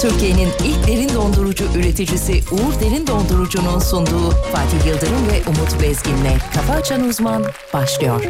Türkiye'nin ilk derin dondurucu üreticisi Uğur Derin Dondurucu'nun sunduğu Fatih Yıldırım ve Umut Bezgin'le Kafa Açan Uzman başlıyor.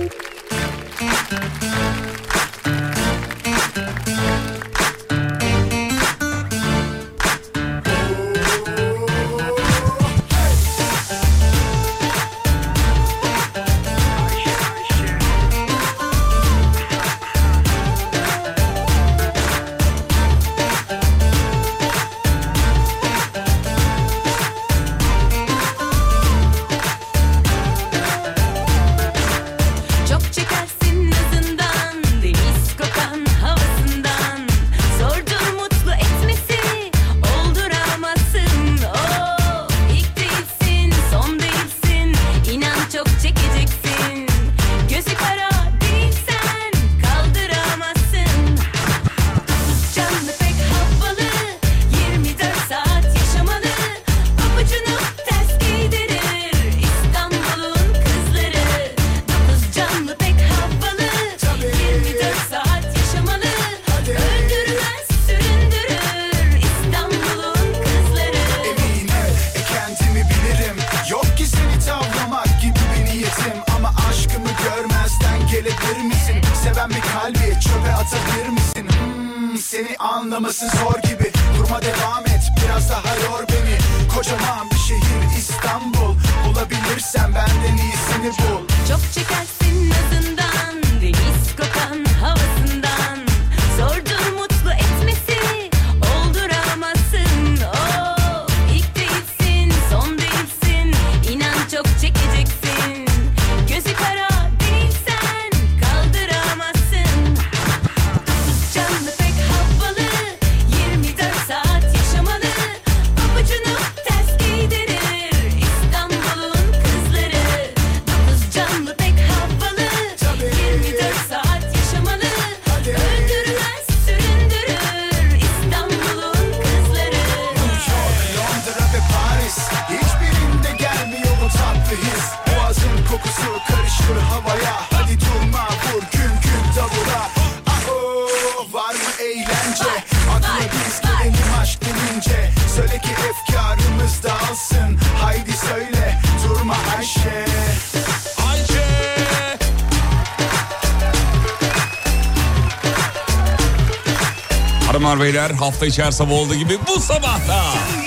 Beyler, hafta içi her sabah olduğu gibi bu sabahta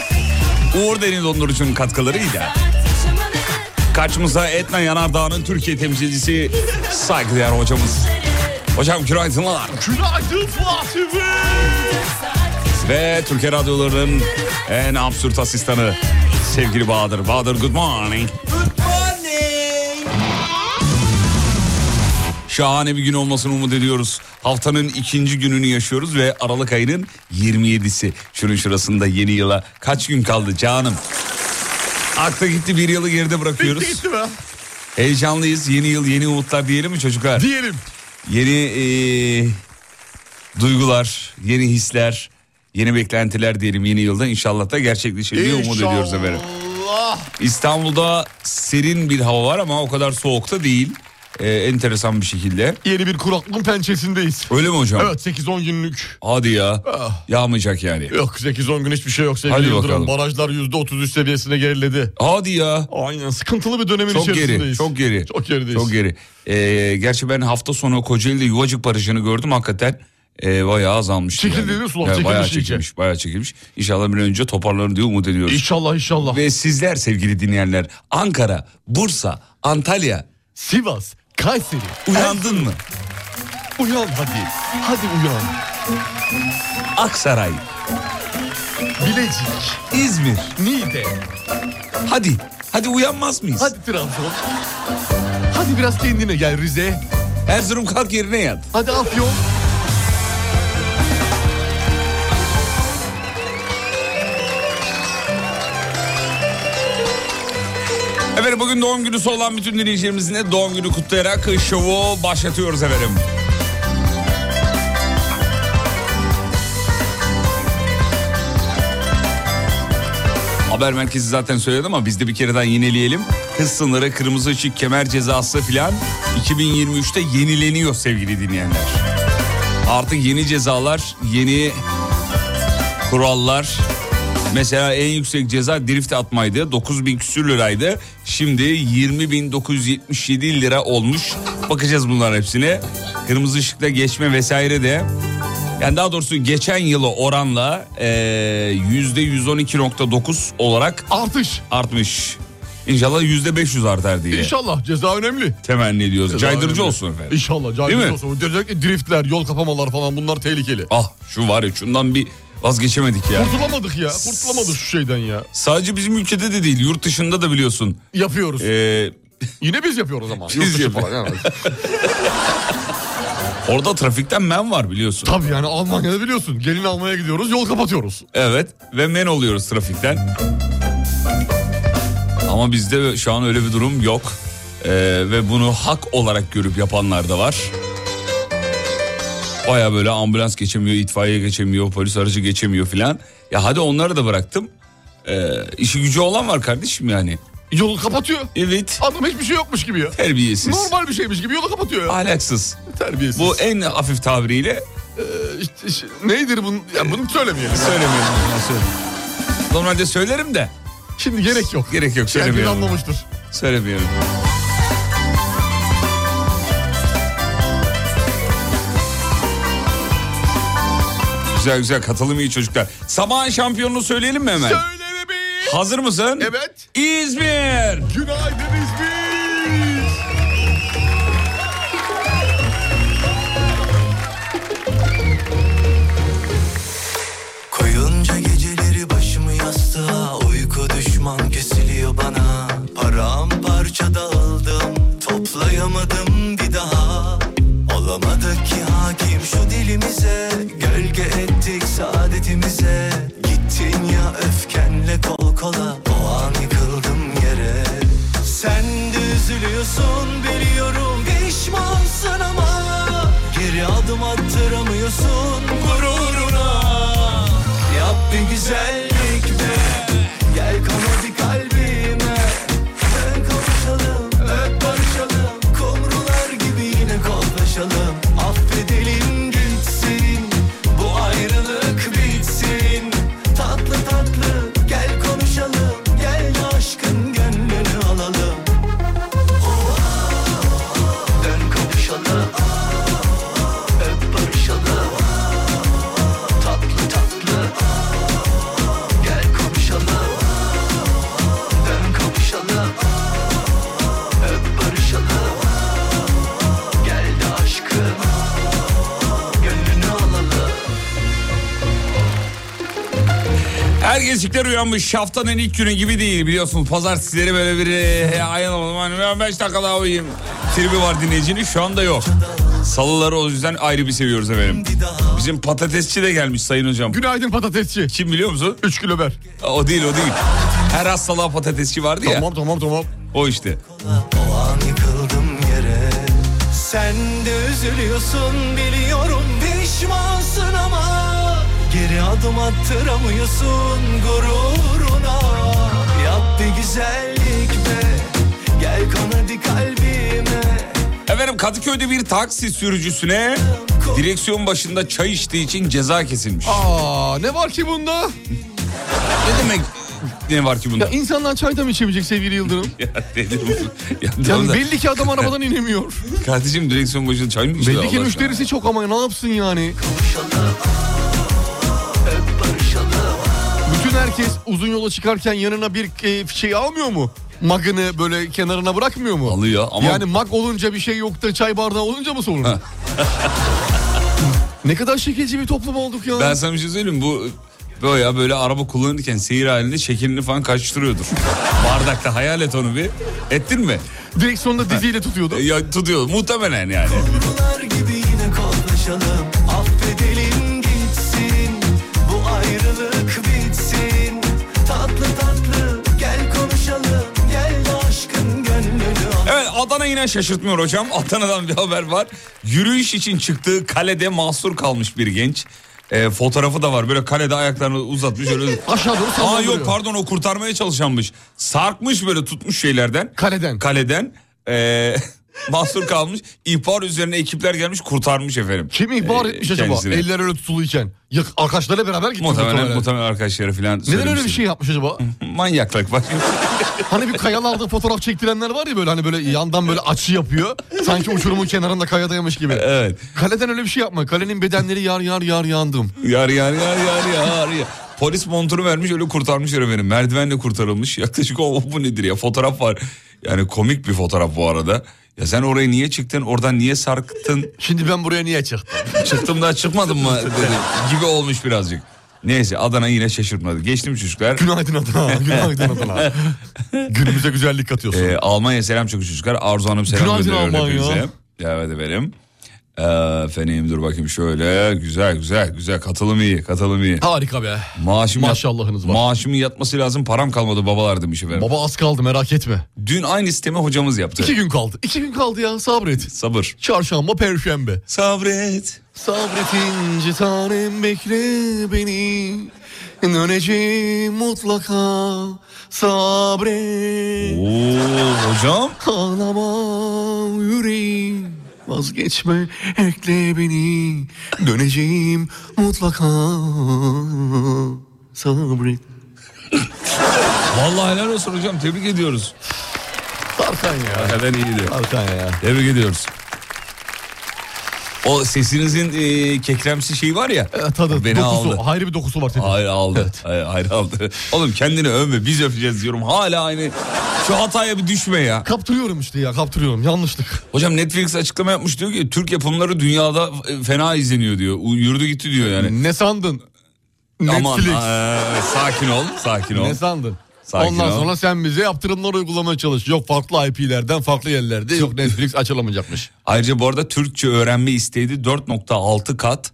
Uğur Derin Dondurucu'nun katkılarıyla karşımıza Etna Yanardağ'ın Türkiye temsilcisi saygıdeğer hocamız. Hocam günaydınlar. Günaydın Fatih Bey. Ve Türkiye radyolarının en absürt asistanı sevgili Bahadır. Bahadır, good morning. Şahane bir gün olmasını umut ediyoruz. Haftanın ikinci gününü yaşıyoruz ve Aralık ayının 27'si. Şunun şurasında yeni yıla kaç gün kaldı canım? Akla gitti, bir yılı geride bırakıyoruz. Gitti be. Heyecanlıyız. Yeni yıl, yeni umutlar diyelim mi çocuklar? Diyelim. Yeni duygular, yeni hisler, yeni beklentiler diyelim yeni yılda. İnşallah da gerçekleşir diye umut ediyoruz efendim. İstanbul'da serin bir hava var ama o kadar soğuk da değil. Enteresan bir şekilde. Yeni bir kuraklığın pençesindeyiz. Öyle mi hocam? Evet, 8-10 günlük. Hadi ya. Yağmayacak yani. Yok, 8-10 gün hiçbir şey yok sevgili Yıldırım. Barajlar %33 seviyesine geriledi. Hadi ya. Aynen, sıkıntılı bir dönemin içerisindeyiz. Çok geri. Çok gerideyiz. Çok geri. Gerçi ben hafta sonu Kocaeli'de Yuvacık Barajı'nı gördüm hakikaten. Bayağı azalmış. Çekildi yani. değil mi sular? Bayağı çekilmiş. İnşallah bir önce toparlanır diye umut ediyoruz. İnşallah. Ve sizler sevgili dinleyenler, Ankara, Bursa, Antalya, Sivas, Kayseri. Uyandın mı? Uyan hadi. Hadi uyan. Aksaray, Bilecik, İzmir, Niğde. Hadi uyanmaz mıyız? Hadi Trabzon. Hadi biraz kendine gel Rize. Erzurum, kalk yerine yat. Hadi Afyon. Efendim bugün doğum günü olan bütün dinleyicilerimizin de doğum günü kutlayarak kış şovu başlatıyoruz efendim. Haber merkezi zaten söyledi ama biz de bir kere daha yineleyelim. Hız sınırı, kırmızı ışık, kemer cezası filan 2023'te yenileniyor sevgili dinleyenler. Artık yeni cezalar, yeni kurallar. Mesela en yüksek ceza drift atmaydı. 9.000 küsür liraydı. Şimdi 20.977 lira olmuş. Bakacağız bunların hepsine. Kırmızı ışıkta geçme vesaire de. Yani daha doğrusu geçen yılı oranla %112.9 olarak artmış. İnşallah %500 artar diye. İnşallah, ceza önemli. Temenni ediyoruz. Ceza Caydırıcı önemli olsun efendim. İnşallah caydırıcı olsun. Özellikle driftler, yol kapamalar falan, bunlar tehlikeli. Şu var ya, şundan bir vazgeçemedik ya. Kurtulamadık şu şeyden ya. Sadece bizim ülkede de değil, yurt dışında da biliyorsun. Yapıyoruz. Yine biz yapıyoruz ama. Biz yapıyoruz. Yani. Orada trafikten men var biliyorsun. Tabii yani Almanya'da biliyorsun. Gelin almaya gidiyoruz, yol kapatıyoruz. Evet, ve men oluyoruz trafikten. Ama bizde şu an öyle bir durum yok. Ve bunu hak olarak görüp yapanlar da var. Baya böyle ambulans geçemiyor, itfaiye geçemiyor, polis aracı geçemiyor filan. Ya hadi onları da bıraktım. İşi gücü olan var kardeşim yani. Yolu kapatıyor. Evet. Adam hiçbir şey yokmuş gibi ya. Terbiyesiz. Normal bir şeymiş gibi yolu kapatıyor ya. Ahlaksız. Terbiyesiz. Bu en hafif tabiriyle. Neydir bunun? Ya bunu söylemeyelim. Normalde söylerim de. Şimdi gerek yok. Söylemiyorum. Kendini anlamıştır. Söylemiyorum. Güzel katılım iyi çocuklar. Sabahın şampiyonunu söyleyelim mi hemen? Söyle bebeğim. Hazır mısın? Evet. İzmir. Günaydın İzmir. Koyunca geceleri başımı yastığa, uyku düşman kesiliyor bana. Paramparça dağıldım, toplayamadım bir daha. Olamadık ki hakim şu dilimize, gölge ettik saadetimize. Gittin ya öfkenle kol kola, o an yıkıldım yere. Sen de üzülüyorsun biliyorum, pişmansın ama geri adım attıramıyorsun gururuna. Yap bir güzellik be, gel hadi kalbime. Dön kavuşalım, öp barışalım, kumrular gibi yine kollaşalım. Affedelim gitsin, bu ayrılık bitsin. Tatlı tatlı gel konuşalım, gel aşkın gönlünü alalım. Dön kavuşalım, öp barışalım. Tatlı tatlı gel konuşalım, dön kavuşalım. Öp barışalım, gel de aşkın gönlünü alalım. Herkesikler uyanmış. Haftanın ilk günü gibi değil biliyorsunuz. Pazartesileri böyle bir ayılamadım. Hani ben 5 dakika daha uyuyayım. Tribi var dinleyicinin, şu anda yok. Salıları o yüzden ayrı bir seviyoruz efendim. Bizim patatesçi de gelmiş sayın hocam. Günaydın patatesçi. Kim biliyor musun? 3 kilo ver. O değil. Her hastalığa patatesçi vardı ya. Tamam. O işte. O an yıkıldım yere. Sen de üzülüyorsun biliyorum, pişmansın ama geri adım attıramıyorsun gururuna. Yap bir güzellik be, gel hadi kalbime. Efendim Kadıköy'de bir taksi sürücüsüne direksiyon başında çay içtiği için ceza kesilmiş. Ne var ki bunda? Ne demek ne var ki bunda? Ya insanlar çay da mı içemeyecek sevgili Yıldırım? Yani belli ki adam arabadan inemiyor. Kardeşim direksiyon başında çay mı içiyor? Belli ki müşterisi çok ama ne yapsın yani? Bütün herkes uzun yola çıkarken yanına bir şey almıyor mu? Magını böyle kenarına bırakmıyor mu? Alıyor ama... Yani mag olunca bir şey yok da çay bardağı olunca mı sorun? Ne kadar şekilci bir toplum olduk ya. Ben sana bir şey söyleyeyim, bu böyle araba kullanırken seyir halinde şekerini falan kaçtırıyordur. Bardakta hayal et onu bir. Ettin mi? Direksiyonda diziyle tutuyordu. Ya tutuyor muhtemelen yani. Kumrular gibi yine kollaşalım, affedelim gitsin, bu ayrılık bitsin. Tatlı tatlı gel konuşalım, gel de aşkın gönlünü al. Evet, Adana yine şaşırtmıyor hocam. Adana'dan bir haber var. Yürüyüş için çıktığı kalede mahsur kalmış bir genç. Fotoğrafı da var, böyle kalede ayaklarını uzatmış öyle. Aşağı doğru sallandırıyor. Yok pardon, o kurtarmaya çalışanmış. Sarkmış böyle, tutmuş şeylerden. Kaleden. Mahsur kalmış. İhbar üzerine ekipler gelmiş, kurtarmış efendim. Kim ihbar etmiş acaba? kendisine. Eller öyle tutuluyken. Arkadaşlarıyla beraber gitti. Muhtemelen arkadaşları falan. Neden öyle bir şey yapmış acaba? Manyaklık bak. Hani bir kayalarda fotoğraf çektirenler var ya, böyle hani böyle yandan böyle açı yapıyor. Sanki uçurumun kenarında kayadaymış gibi. Evet. Kaleden öyle bir şey yapma. Kalenin bedenleri yar yandım. Yar. Polis montunu vermiş, öyle kurtarmışlar efendim. Merdivenle kurtarılmış. Yaklaşık bu nedir ya, fotoğraf var. Yani komik bir fotoğraf bu arada. Ya sen oraya niye çıktın, oradan niye sarktın? Şimdi ben buraya niye çıktım? Çıktım da çıkmadım mı dedi, gibi olmuş birazcık. Neyse, Adana yine şaşırtmadı. Geçtim çocuklar. Günaydın Adana. Günaydın Adana. Günümüze güzellik katıyorsun. Almanya selam çok çocuklar. Arzu Hanım selam Günaydın gönderiyor Almanya. hepinize. Evet efendim. Efendim dur bakayım şöyle. Güzel. Katılım iyi. Harika be. Maşallahınız var. Maaşımın yatması lazım, param kalmadı babalar demiş efendim. Baba az kaldı, merak etme. Dün aynı sistemi hocamız yaptı. 2 gün kaldı. 2 gün kaldı ya, sabret. Sabır. Çarşamba, perşembe. Sabret. Sabretince tanem bekle beni. Döneceğim mutlaka. Sabret. Oo hocam. Ağlama yüreğim. Vazgeçme, ekle beni. Döneceğim mutlaka. Sabret. Vallahi helal olsun hocam, tebrik ediyoruz. Tarkan ya. Hakikaten iyiydi. Tarkan ya. Tebrik ediyoruz. O sesinizin kekremsi şeyi var ya. Tadı, beni dokusu. aldı. Ayrı bir dokusu var senin. Hayır aldı. Evet. Hayır aldı. Oğlum kendini övme, biz öpeceğiz diyorum. Hala aynı şu hataya bir düşme ya. Kaptırıyorum işte ya, kaptırıyorum. Yanlışlık. Hocam Netflix açıklama yapmış, diyor ki Türk yapımları dünyada fena izleniyor diyor. Yürüdü gitti diyor yani. Ne sandın? Aman Netflix. sakin ol. Ne sandın? Sakin Ondan ol. sonra sen bize yaptırımlar uygulamaya çalış. Yok farklı IP'lerden farklı yerlerde yok Netflix açılamayacakmış. Ayrıca bu arada Türkçe öğrenme isteği de 4.6 kat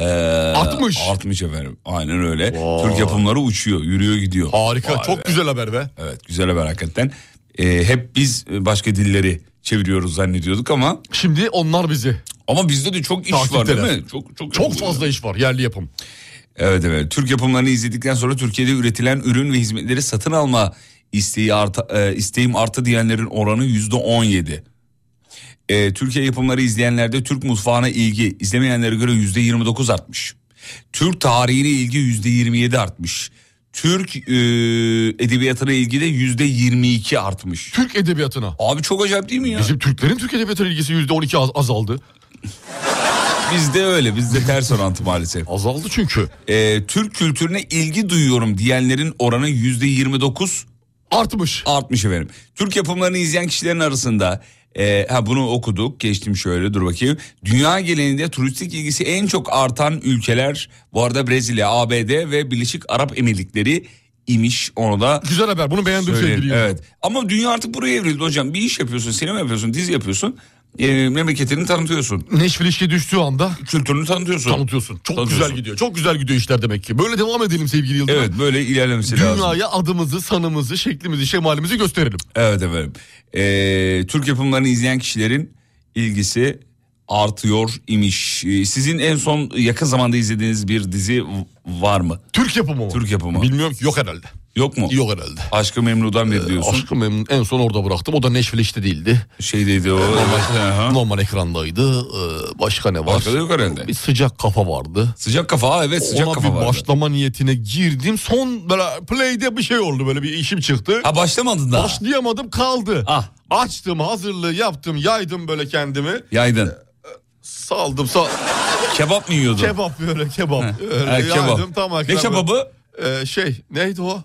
artmış efendim. Aynen öyle. Wow. Türk yapımları uçuyor, yürüyor gidiyor. Harika, Vay çok be. güzel haber be. Evet, güzel haber hakikaten. Hep biz başka dilleri çeviriyoruz zannediyorduk ama Şimdi onlar bizi. ama bizde de çok iş var Takipteler. değil mi? Çok fazla iş var, yerli yapım. Evet. Türk yapımlarını izledikten sonra Türkiye'de üretilen ürün ve hizmetleri satın alma isteğim arttı diyenlerin oranı %17. Türkiye yapımları izleyenlerde Türk mutfağına ilgi izlemeyenlere göre %29 artmış. Türk tarihine ilgi %27 artmış. Türk edebiyatına ilgi de %22 artmış. Türk edebiyatına. Abi çok acayip değil mi ya? Bizim Türklerin Türk edebiyatına ilgisi %12 azaldı. Bizde öyle, bizde ters orantı maalesef. Azaldı çünkü. Türk kültürüne ilgi duyuyorum diyenlerin oranı %29 artmış efendim. Türk yapımlarını izleyen kişilerin arasında bunu okuduk, geçtim şöyle, dur bakayım. Dünya genelinde turistik ilgisi en çok artan ülkeler bu arada Brezilya, ABD ve Birleşik Arap Emirlikleri imiş, onu da Güzel haber, bunu beğendim sevgili. Evet. Ama dünya artık buraya evrildi hocam. Bir iş yapıyorsun, sinema yapıyorsun, dizi yapıyorsun. Memleketini tanıtıyorsun. Neşvil ilişki düştüğü anda Kültürünü tanıtıyorsun. Çok güzel gidiyor. Çok güzel gidiyor işler demek ki. Böyle devam edelim sevgili Yıldırım. Evet, böyle ilerlemesi lazım. Dünyaya adımızı, sanımızı, şeklimizi, şemalimizi gösterelim. Evet efendim. Türk yapımlarını izleyen kişilerin ilgisi artıyor imiş. Sizin en son yakın zamanda izlediğiniz bir dizi var mı? Türk yapımı mı? Türk yapımı. Bilmiyorum ki, yok herhalde. Yok mu? Yok herhalde. Aşk-ı Memnu'dan beri diyorsun. Aşk-ı Memnu en son orada bıraktım. O da Neşvil işte değildi. Şeydeydi o. Normal ekrandaydı. Başka ne var? Başka da yok herhalde. Bir sıcak kafa vardı. Sıcak kafa, evet sıcak Ona kafa bir vardı. başlama niyetine girdim. Son böyle play'de bir şey oldu, böyle bir işim çıktı. Ha, başlamadın daha. Başlayamadım, kaldı. Ah. Açtım, hazırlığı yaptım, yaydım böyle kendimi. Yaydın. Saldım. Kebap mı yiyordun? Kebap böyle kebap. Öyle Kebap. yaydım, tam Ne kebabı? Neydi o?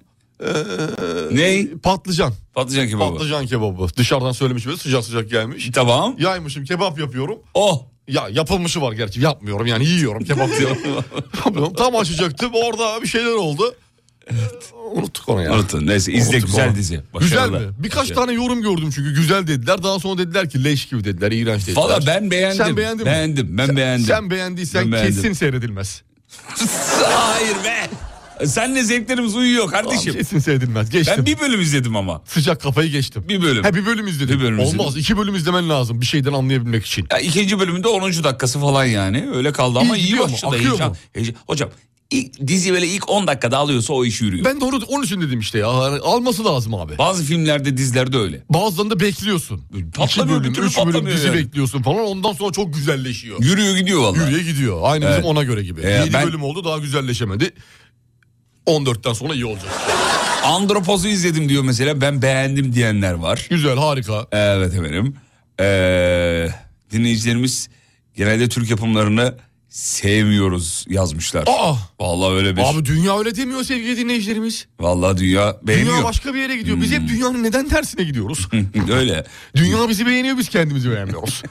Ney? Patlıcan. Patlıcan kebabı. Patlıcan kebabı. Dışarıdan söylemiş, böyle sıcak sıcak gelmiş. Tamam. Yaymışım, kebap yapıyorum. Oh. Ya yapılmışı var gerçi, yapmıyorum yani, yiyorum kebap diyorum. Tam açacaktım, orada bir şeyler oldu. Evet. Unuttuk onu ya. Unutun. Neyse, izle, Unuttuk güzel onu. dizi. Güzel Başarılı. mi? Birkaç tane yorum gördüm çünkü, güzel dediler. Daha sonra dediler ki leş gibi dediler, iğrenç dediler. Valla ben beğendim. Sen beğendin mi? Ben beğendim. Sen beğendiysen Ben beğendim. kesin seyredilmez. Hayır be. Senle zevklerimiz uyuyor kardeşim. Tamam, kesin seyredilmez. Geçtim. Ben bir bölüm izledim ama. Sıcak kafayı geçtim. Bir bölüm. Bir bölüm izledim. Bir bölüm Olmaz. izledim. 2 bölüm izlemen lazım bir şeyden anlayabilmek için. Ya, ikinci bölümünde 10. dakikası falan yani. Öyle kaldı ama iyi gidiyor mu? başladı. Akıyor mu? Hocam Dizi böyle ilk 10 dakikada alıyorsa o iş yürüyor. Ben de onun için dedim işte ya. Alması lazım abi. Bazı filmlerde, dizilerde öyle. Bazılarında bekliyorsun. 2 bölüm, 3 bölüm dizi yani. Bekliyorsun falan. Ondan sonra çok güzelleşiyor. Yürüyor gidiyor vallahi. Yürüyor gidiyor. Aynı bizim ona göre gibi. 7 bölüm oldu, daha güzelleşemedi. 14'ten sonra iyi olacak. Andropoz'u izledim diyor mesela. Ben beğendim diyenler var. Güzel, harika. Evet efendim. Dinleyicilerimiz genelde Türk yapımlarını sevmiyoruz yazmışlar. Vallahi öyle bir. Abi dünya öyle demiyor sevgili dinleyicilerimiz. Vallahi dünya beğeniyor. Dünya başka bir yere gidiyor. Biz hep dünyanın neden tersine gidiyoruz? Öyle. Dünya bizi beğeniyor, biz kendimizi beğenmiyoruz.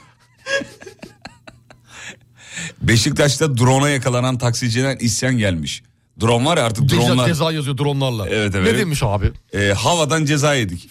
Beşiktaş'ta drone'a yakalanan taksiciden isyan gelmiş. Drone var ya artık, dronlar. Ceza yazıyor dronlarla. Evet. Ne demiş abi? Havadan ceza yedik.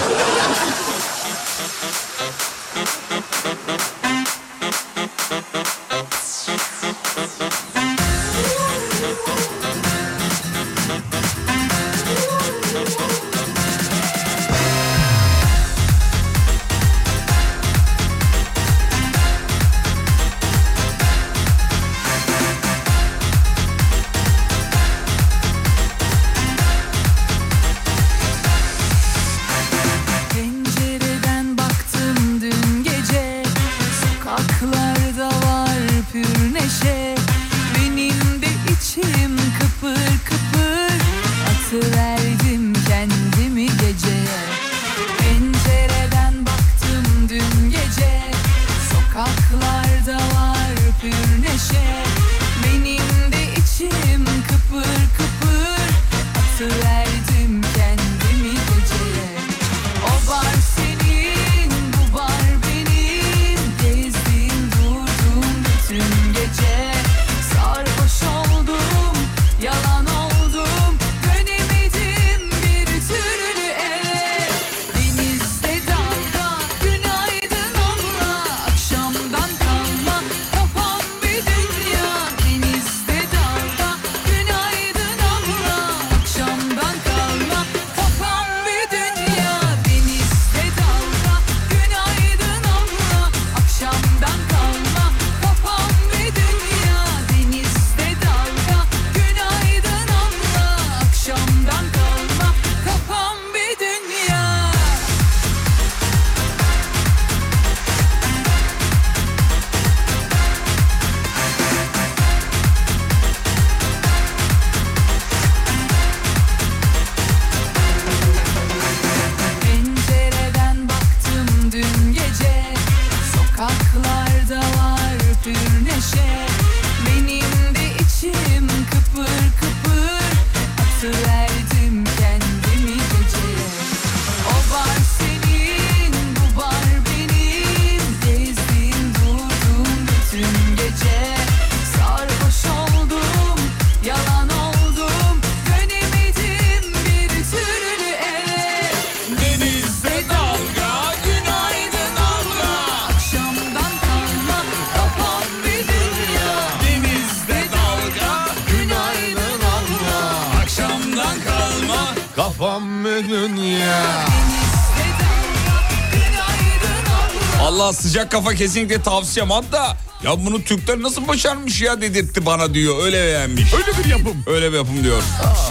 Allah, sıcak kafa kesinlikle tavsiyem. Hatta ya bunu Türkler nasıl başarmış ya dedirtti bana diyor. Öyle beğenmiş. Öyle bir yapım. Öyle bir yapım diyor.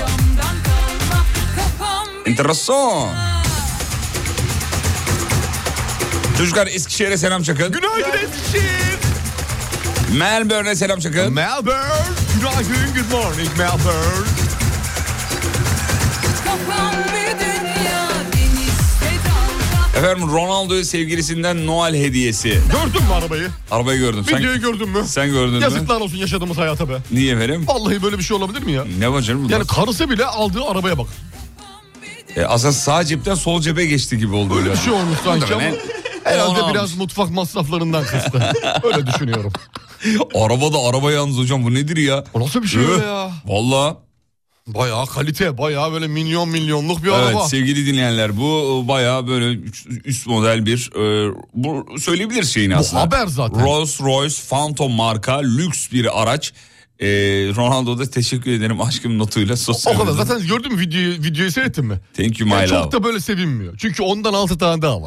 Enteresan. Çocuklar Eskişehir'e selam çakın. Günaydın Eskişehir. Melbourne'e selam çakın. Melbourne. Günaydın, good morning Melbourne. Efendim, Ronaldo'ya sevgilisinden Noel hediyesi. Gördün mü arabayı? Arabayı gördüm. Videoyu gördün mü? Sen gördün mü? Yazıklar olsun yaşadığımız hayata be. Niye efendim? Vallahi böyle bir şey olabilir mi ya? Ne var canım? Yani karısı bile aldığı arabaya bak. Aslında sağ cepten sol cebe geçti gibi oldu öyle. Bir şey olmuş sanki ama herhalde Onu biraz almış. Mutfak masraflarından kıstı. Öyle düşünüyorum. Arabada araba yalnız hocam, bu nedir ya? O nasıl bir şey öyle ya? Vallahi. Bayağı kalite, bayağı böyle milyonluk bir Evet, araba. Evet sevgili dinleyenler, bu bayağı böyle üst model bir bu söyleyebilir şeyin aslında. Bu haber zaten. Rolls Royce Phantom marka lüks bir araç. Ronaldo'da teşekkür ederim aşkım notuyla sosyal O kadar. medyada. Zaten gördün mü videoyu seyrettin mi? Thank you my Yani love. çok da böyle sevinmiyor. Çünkü ondan 6 tane daha var.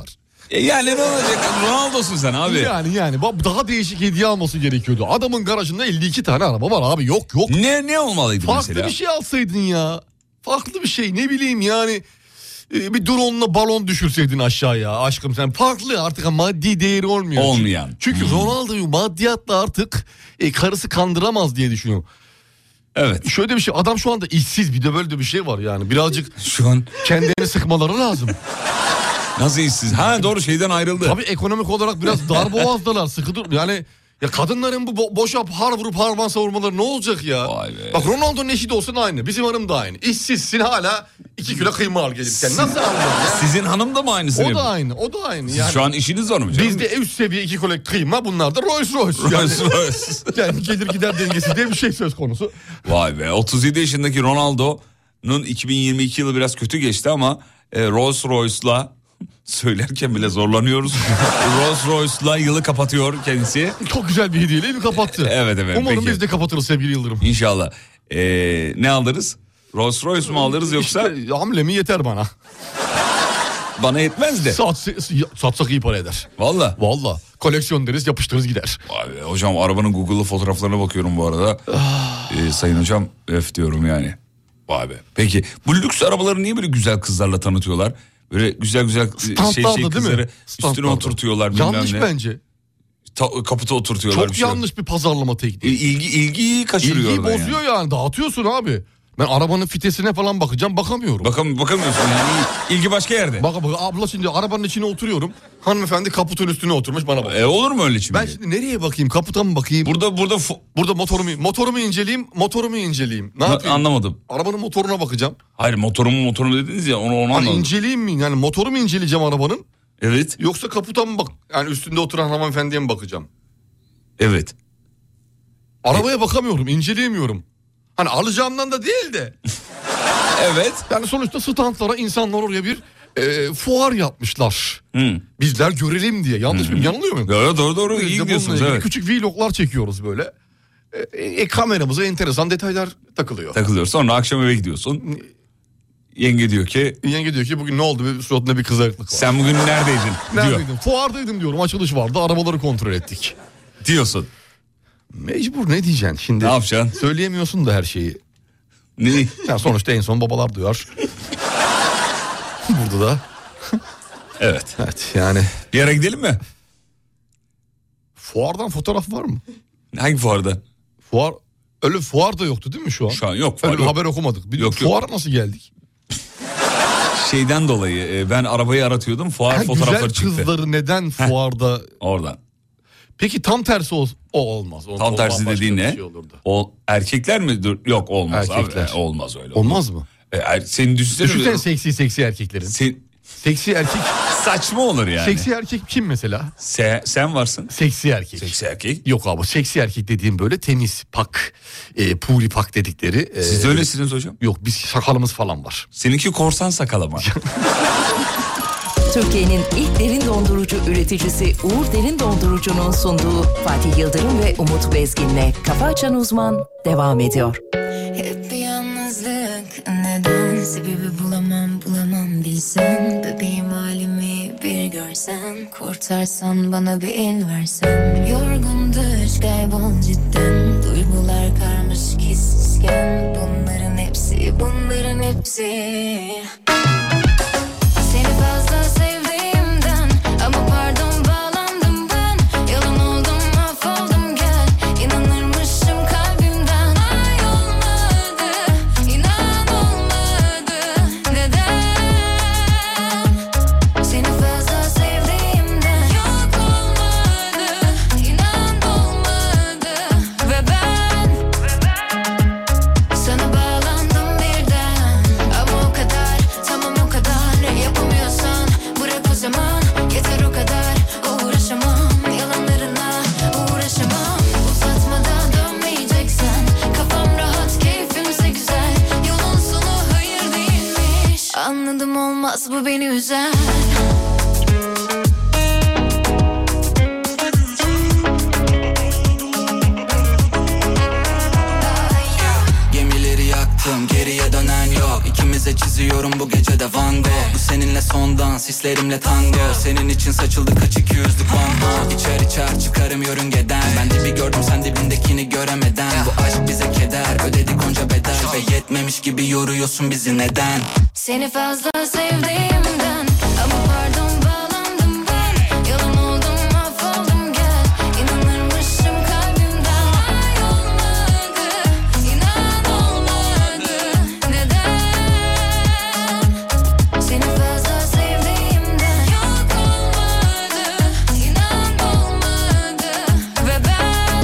Yani ne olacak? Ronaldo'sun sen abi. Yani daha değişik hediye alması gerekiyordu. Adamın garajında 52 tane araba var abi, yok. Ne olmalıydı farklı mesela? Farklı bir şey alsaydın ya. Farklı bir şey, ne bileyim yani. Bir drone'la balon düşürseydin aşağıya aşkım sen. Farklı artık, maddi değeri olmuyor. Olmayan. Çünkü Ronaldo'yu maddiyatla artık karısı kandıramaz diye düşünüyorum. Evet. Şöyle bir şey, adam şu anda işsiz, bir de böyle de bir şey var yani. Birazcık şu an kendilerini sıkmaları lazım. Nasıl işsiz? Ha doğru, şeyden ayrıldı. Tabii ekonomik olarak biraz darboğazdalar, sıkı dur. Yani ya kadınların bu boşa har vurup harman savurmaları ne olacak ya? Vay be. Bak Ronaldo'nun eşi de olsun aynı. Bizim hanım da aynı. İşsizsin, hala 2 kilo kıyma al gelirken. Nasıl alacaksın ya? Sizin hanım da mı aynısını O da yapıyor? aynı, o da aynı. Siz Yani şu an işiniz var mı canım? bizde üst seviye 2 kilo kıyma, bunlar da Rolls Royce. Yani gelir gider dengesi diye bir şey söz konusu. Vay be, 37 yaşındaki Ronaldo'nun 2022 yılı biraz kötü geçti ama Rolls Royce'la söylerken bile zorlanıyoruz. Rolls Royce'la yılı kapatıyor kendisi. Çok güzel bir hediyeyle mi kapattı? Evet. Umarım peki. biz de kapatırız sevgili Yıldırım. İnşallah. Ne alırız? Rolls Royce mu alırız yoksa? İşte, hamlemi yeter bana. Bana yetmez de. Satsak iyi para eder. Valla. Koleksiyon deriz, yapıştırırız gider. Vay be, hocam arabanın Google'da fotoğraflarına bakıyorum bu arada. Sayın hocam öf diyorum yani. Vay be. Peki bu lüks arabaları niye böyle güzel kızlarla tanıtıyorlar? Böyle güzel kızları üstüne oturtuyorlar bilmem yanlış ne. Yanlış bence. Kaputa oturtuyorlar. Çok yanlış bir pazarlama tekniği. İlgiyi kaçırıyor. İlgiyi bozuyor yani. Dağıtıyorsun abi. Ben arabanın fitesine falan bakacağım, bakamıyorum. Bakamıyorsun yani. İlgi başka yerde. Bak abla, şimdi arabanın içine oturuyorum. Hanımefendi kaputun üstüne oturmuş, bana bak. Olur mu öyle şimdi? Ben şimdi nereye bakayım? Kaputa mı bakayım? Burada motorumu inceleyeyim. Ne yapayım? Anlamadım. Arabanın motoruna bakacağım. Hayır, motorumu dediniz ya, onu hani anladım. inceleyeyim mi? Yani motoru mu inceleyeceğim arabanın? Evet. Yoksa kaputa mı bak? Yani üstünde oturan hanımefendiye mi bakacağım? Evet. Arabaya bakamıyorum, inceleyemiyorum. Hani alacağımdan da değil de. Evet. Yani sonuçta standlara, insanlar oraya bir fuar yapmışlar. Bizler görelim diye. Yanlış mı? Yanılıyor muyum? Doğru. İyi gidiyorsunuz. Evet. Küçük vloglar çekiyoruz böyle. Kameramıza enteresan detaylar takılıyor. Sonra akşam eve gidiyorsun. Yenge diyor ki bugün ne oldu? Suratında bir kızarıklık var. Sen bugün neredeydin? Neredeydim? Fuardaydım diyorum. Açılış vardı. Arabaları kontrol ettik. Diyorsun. Mecbur, ne diyeceksin şimdi? Ne yapacaksın? Söyleyemiyorsun da her şeyi. Ne? Yani sonuçta en son babalar duyar. Burada da. Evet yani. Bir yere gidelim mi? Fuardan fotoğraf var mı? Hangi fuarda? Öyle fuar da yoktu değil mi şu an? Şu an yok. Öyle bir haber okumadık. Fuara nasıl geldik? Şeyden dolayı ben arabayı aratıyordum, fuar fotoğrafları güzel çıktı. Güzel kızları neden fuarda? Oradan. Peki tam tersi o olmaz. Tam tersi dediğin ne? Şey o erkekler mi? Yok, olmaz erkekler. Abi. Olmaz öyle. Olmaz mı? Senin düşünsene seksi erkeklerin. Seksi erkek. Saçma olur yani. Seksi erkek kim mesela? Sen varsın. Seksi erkek. Seksi erkek. Yok abi, seksi erkek dediğim böyle temiz, pak, puri pak dedikleri. Siz de öylesiniz hocam. Yok, biz sakalımız falan var. Seninki korsan sakal ama. Türkiye'nin ilk derin dondurucu üreticisi Uğur Derin Dondurucu'nun sunduğu Fatih Yıldırım ve Umut Bezgin'le Kafa Açan Uzman devam ediyor. Hep bir yalnızlık, neden sebebi bulamam bilsen. Bebeğim halimi bir görsen, kurtarsan bana bir el versen. Yorgundu hiç kaybol cidden, duygular karmaşık hissizken. Bunların hepsi seni fazla sevdiğimden. Ama pardon, bağlandım ben. Yalan oldum, mahvoldum, gel. İnanırmışım kalbimden. Ay olmadı, inan olmadı. Neden? Seni fazla sevdiğimden. Yok olmadı, inan olmadı. Ve ben sana bağlandım birden. Ama o kadar, tamam o kadar. Yapamıyorsan bırak o zaman. Yeter o kadar, uğraşamam. Yalanlarına uğraşamam. Uzatmadan dönmeyeceksen. Kafam rahat, keyfimse güzel. Yolun sonu hayır değilmiş. Anladım, olmaz bu beni üzer. Gemileri yaktım, geriye dönen yok. yok. İkimize çiziyorum bu gecede Van Gogh. Bu seninle son dans, hislerimle tango. Senin için saçıldık açık yüzlük bango. İçer içer çıkarım yörüngeden. Ben dibi gördüm sen dibindekini göremeden. Bu aşk bize keder, ödedik onca bedel. Ve yetmemiş gibi yoruyorsun bizi neden? Seni fazla sevdiğimden. Ama pardon bağlandım ben. Yalan oldum mahvoldum gel. İnanırmışım kalbimden. Ay olmadı, inan olmadı. Neden? Seni fazla sevdiğimden. Yok olmadı, inan olmadı. Ve ben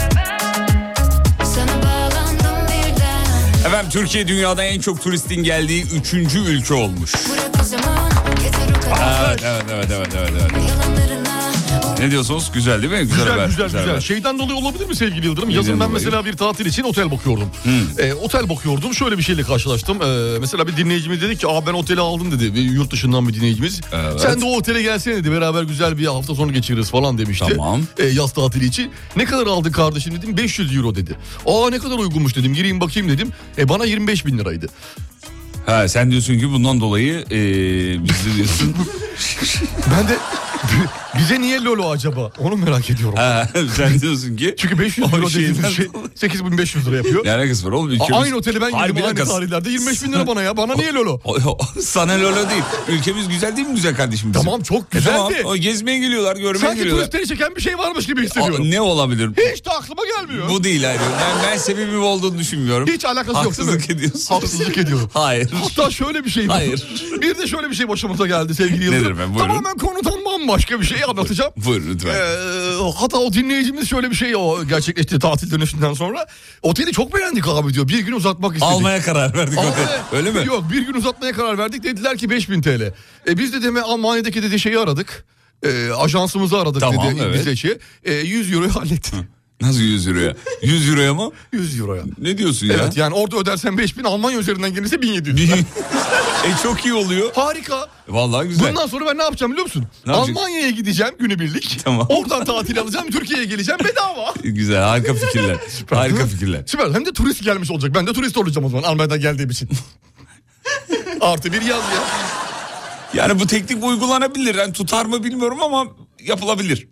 sana bağlandım birden. Efendim Türkiye dünyada en çok turistin geldiği 3. ülke olmuş. Bırak o zaman yeter o kadar. Evet. Yalanlarına Ne diyorsunuz? Güzel değil mi? Güzel haber. Güzel. Şeyden dolayı olabilir mi sevgili Yıldırım? Yazın ben dolayı? mesela bir tatil için otel bakıyordum. Otel bakıyordum. Şöyle bir şeyle karşılaştım. Mesela bir dinleyicimiz dedi ki ben oteli aldım dedi. Bir yurt dışından bir dinleyicimiz. Evet. Sen de o otele gelsene dedi. Beraber güzel bir hafta sonu geçiririz falan demişti. Tamam. Yaz tatili için. Ne kadar aldın kardeşim dedim. 500 euro dedi. Ne kadar uygunmuş dedim. Gireyim bakayım dedim. Bana 25 bin liraydı. Ha, sen diyorsun ki bundan dolayı biz de diyorsun. Ben de bize niye Lolo acaba? Onu merak ediyorum. Ha, sen diyorsun ki. Çünkü 500 euro dediğimiz şey 8500 lira yapıyor. Ne alakası var oğlum? Ülkemiz... Aynı oteli ben girdim aynı tarihlerde 25 bin lira bana ya. Bana niye Lolo? Sana Lolo değil. Ülkemiz güzel değil mi güzel kardeşim bizim? Tamam çok güzeldi. Tamam. Gezmeye geliyorlar, görmeye Sanki geliyorlar. turistleri çeken bir şey varmış gibi hissediyorum. Ne olabilir? Hiç de aklıma gelmiyor. Bu değil hayır. Ben sebebi olduğunu düşünmüyorum. Hiç alakası yok değil mi? Haksızlık ediyorsun. Haksızlık ediyorum. Hayır. Hatta şöyle bir şey var. Hayır. Bir de şöyle bir şey başımıza geldi sevgili Yıldırım. Nedir efendim? Buyurun. Tamamen konudan bambaşka bir şey anlatacağım. Buyurun lütfen. Hatta o dinleyicimiz şöyle bir şey gerçekleşti tatil dönüşünden sonra. Oteli çok beğendik abi diyor. Bir gün uzatmak istedik. Almaya karar verdik oteli. Öyle mi? Yok bir gün uzatmaya karar verdik. Dediler ki 5000 TL. Biz de Almanya'daki dedi şeyi aradık. Ajansımızı aradık tamam, dedi. Evet. Bize 100 euroyu hallettik. Nasıl 100 euroya? 100 euroya mı? 100 euroya. Ne diyorsun ya? Evet yani orada ödersen 5000, Almanya üzerinden gelirse 1700. Çok iyi oluyor. Harika. Vallahi güzel. Bundan sonra ben ne yapacağım biliyor musun? Almanya'ya gideceğim günübirlik. Tamam. Oradan tatil alacağım, Türkiye'ye geleceğim bedava. Güzel, harika fikirler. Harika fikirler. Süper. Hem de turist gelmiş olacak. Ben de turist olacağım o zaman Almanya'dan geldiğim için. Artı bir yaz ya. Yani bu teknik uygulanabilir. Yani tutar mı bilmiyorum ama yapılabilir.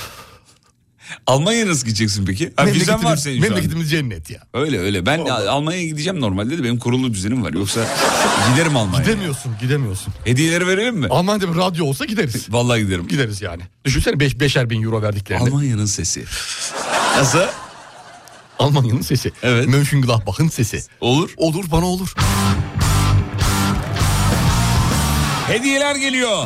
Almanya'ya nasıl gideceksin peki? Vizen var senin şu an. Memleketimiz cennet ya. Öyle. Ben Almanya'ya gideceğim normalde de benim kurulu düzenim var. Yoksa giderim Almanya'ya. Gidemiyorsun. Hediyeleri verelim mi? Almanya'da bir radyo olsa gideriz. Vallahi giderim. Gideriz yani. Düşünsene 5'er bin euro verdiklerini. Almanya'nın sesi. Nasıl? Almanya'nın sesi. Evet. Mönchengladbach'ın sesi. Olur. Olur bana olur. Hediyeler geliyor.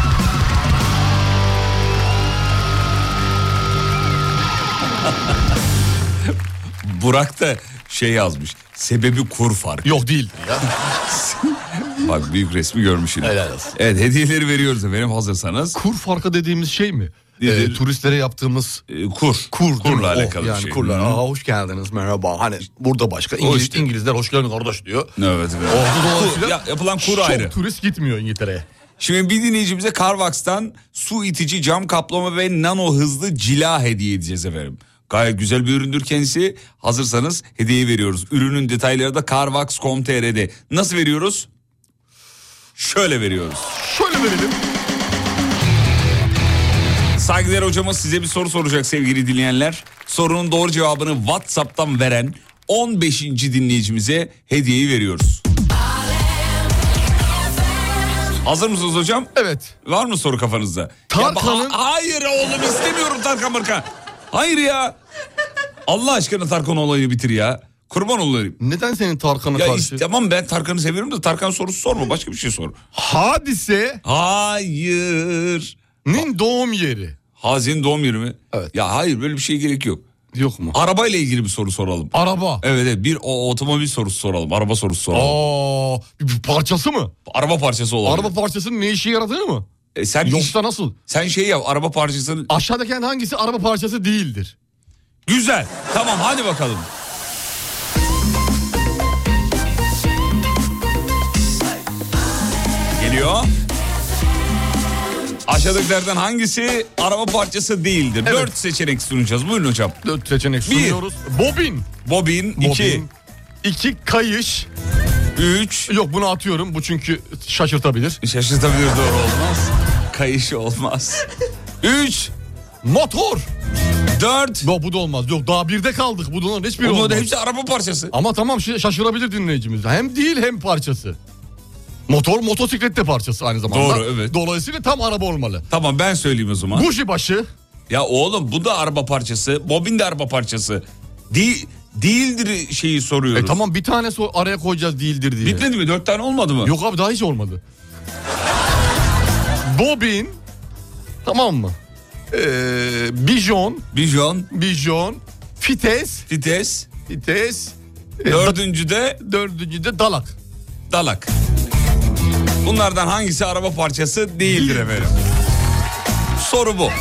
Burak da yazmış. Sebebi kur farkı. Yok değil ya. Bak büyük resmi görmüşsün. Helal olsun. Evet hediyeleri veriyoruz efendim hazırsanız. Kur farkı dediğimiz şey mi? Nedir? Turistlere yaptığımız kurla alakalı bir şey. Kurlar. Hoş geldiniz merhaba. Hani burada başka İngilizler hoş geldin kardeş diyor. Evet. Yapılan kur ayrı. Çok turist gitmiyor İngiltere'ye. Şimdi bir dinleyicimize Carvax'tan su itici cam kaplama ve nano hızlı cila hediye edeceğiz efendim. Gayet güzel bir üründür kendisi. Hazırsanız hediye veriyoruz. Ürünün detayları da carvax.com.tr'de. Nasıl veriyoruz? Şöyle veriyoruz. Şöyle verelim. Saygıdeğer hocamız size bir soru soracak sevgili dinleyenler. Sorunun doğru cevabını WhatsApp'tan veren 15. dinleyicimize hediyeyi veriyoruz. Hazır mısınız hocam? Evet. Var mı soru kafanızda? Tarkan'ın... Hayır oğlum istemiyorum Tarkan Markan. Hayır ya. Allah aşkına Tarkan olayını bitir ya. Kurban olayım. Neden senin Tarkan'a karşı? Tamam ben Tarkan'ı seviyorum da Tarkan sorusu sorma. Başka bir şey sor. Hadise. Hayır. Nin doğum yeri. Hadise'nin doğum yeri mi? Evet. Ya hayır böyle bir şeye gerek yok. Yok mu? Arabayla ilgili bir soru soralım. Araba. Evet bir otomobil sorusu soralım. Araba sorusu soralım. Bir parçası mı? Araba parçası olabilir. Araba parçasının ne işe yaradığını mı? Yoksa nasıl? Sen yap araba parçasının... Aşağıdaki hangisi araba parçası değildir? Güzel. Tamam hadi bakalım. Geliyor. Aşağıdakilerden hangisi araba parçası değildir? Evet. 4 seçenek sunacağız. Buyurun hocam. 4 seçenek sunuyoruz. Bobin. Bobin. 2. 2 kayış. 3. Yok, bunu atıyorum. Bu çünkü şaşırtabilir. Şaşırtabilir, doğru olmaz. Kayış olmaz. 3. Motor. 4. Yok, bu da olmaz. Yok, daha birde kaldık. Bunların hiçbiri olmaz. Bunların hepsi araba parçası. Ama tamam, şaşırabilir dinleyicimiz. Hem değil hem parçası. Motor motosiklet de parçası aynı zamanda. Doğru, evet. Dolayısıyla tam araba olmalı. Tamam, ben söyleyeyim o zaman. Buji başı. Ya oğlum, bu da araba parçası. Bobin de araba parçası. Değildir şeyi soruyoruz. Tamam, bir tane araya koyacağız değildir diye. Bitmedi mi? 4 tane olmadı mı? Yok abi, daha hiç olmadı. Bobin. Tamam mı? Bijon. Bijon. Fites. Dördüncü de dalak. Bunlardan hangisi araba parçası değildir efendim? Soru bu.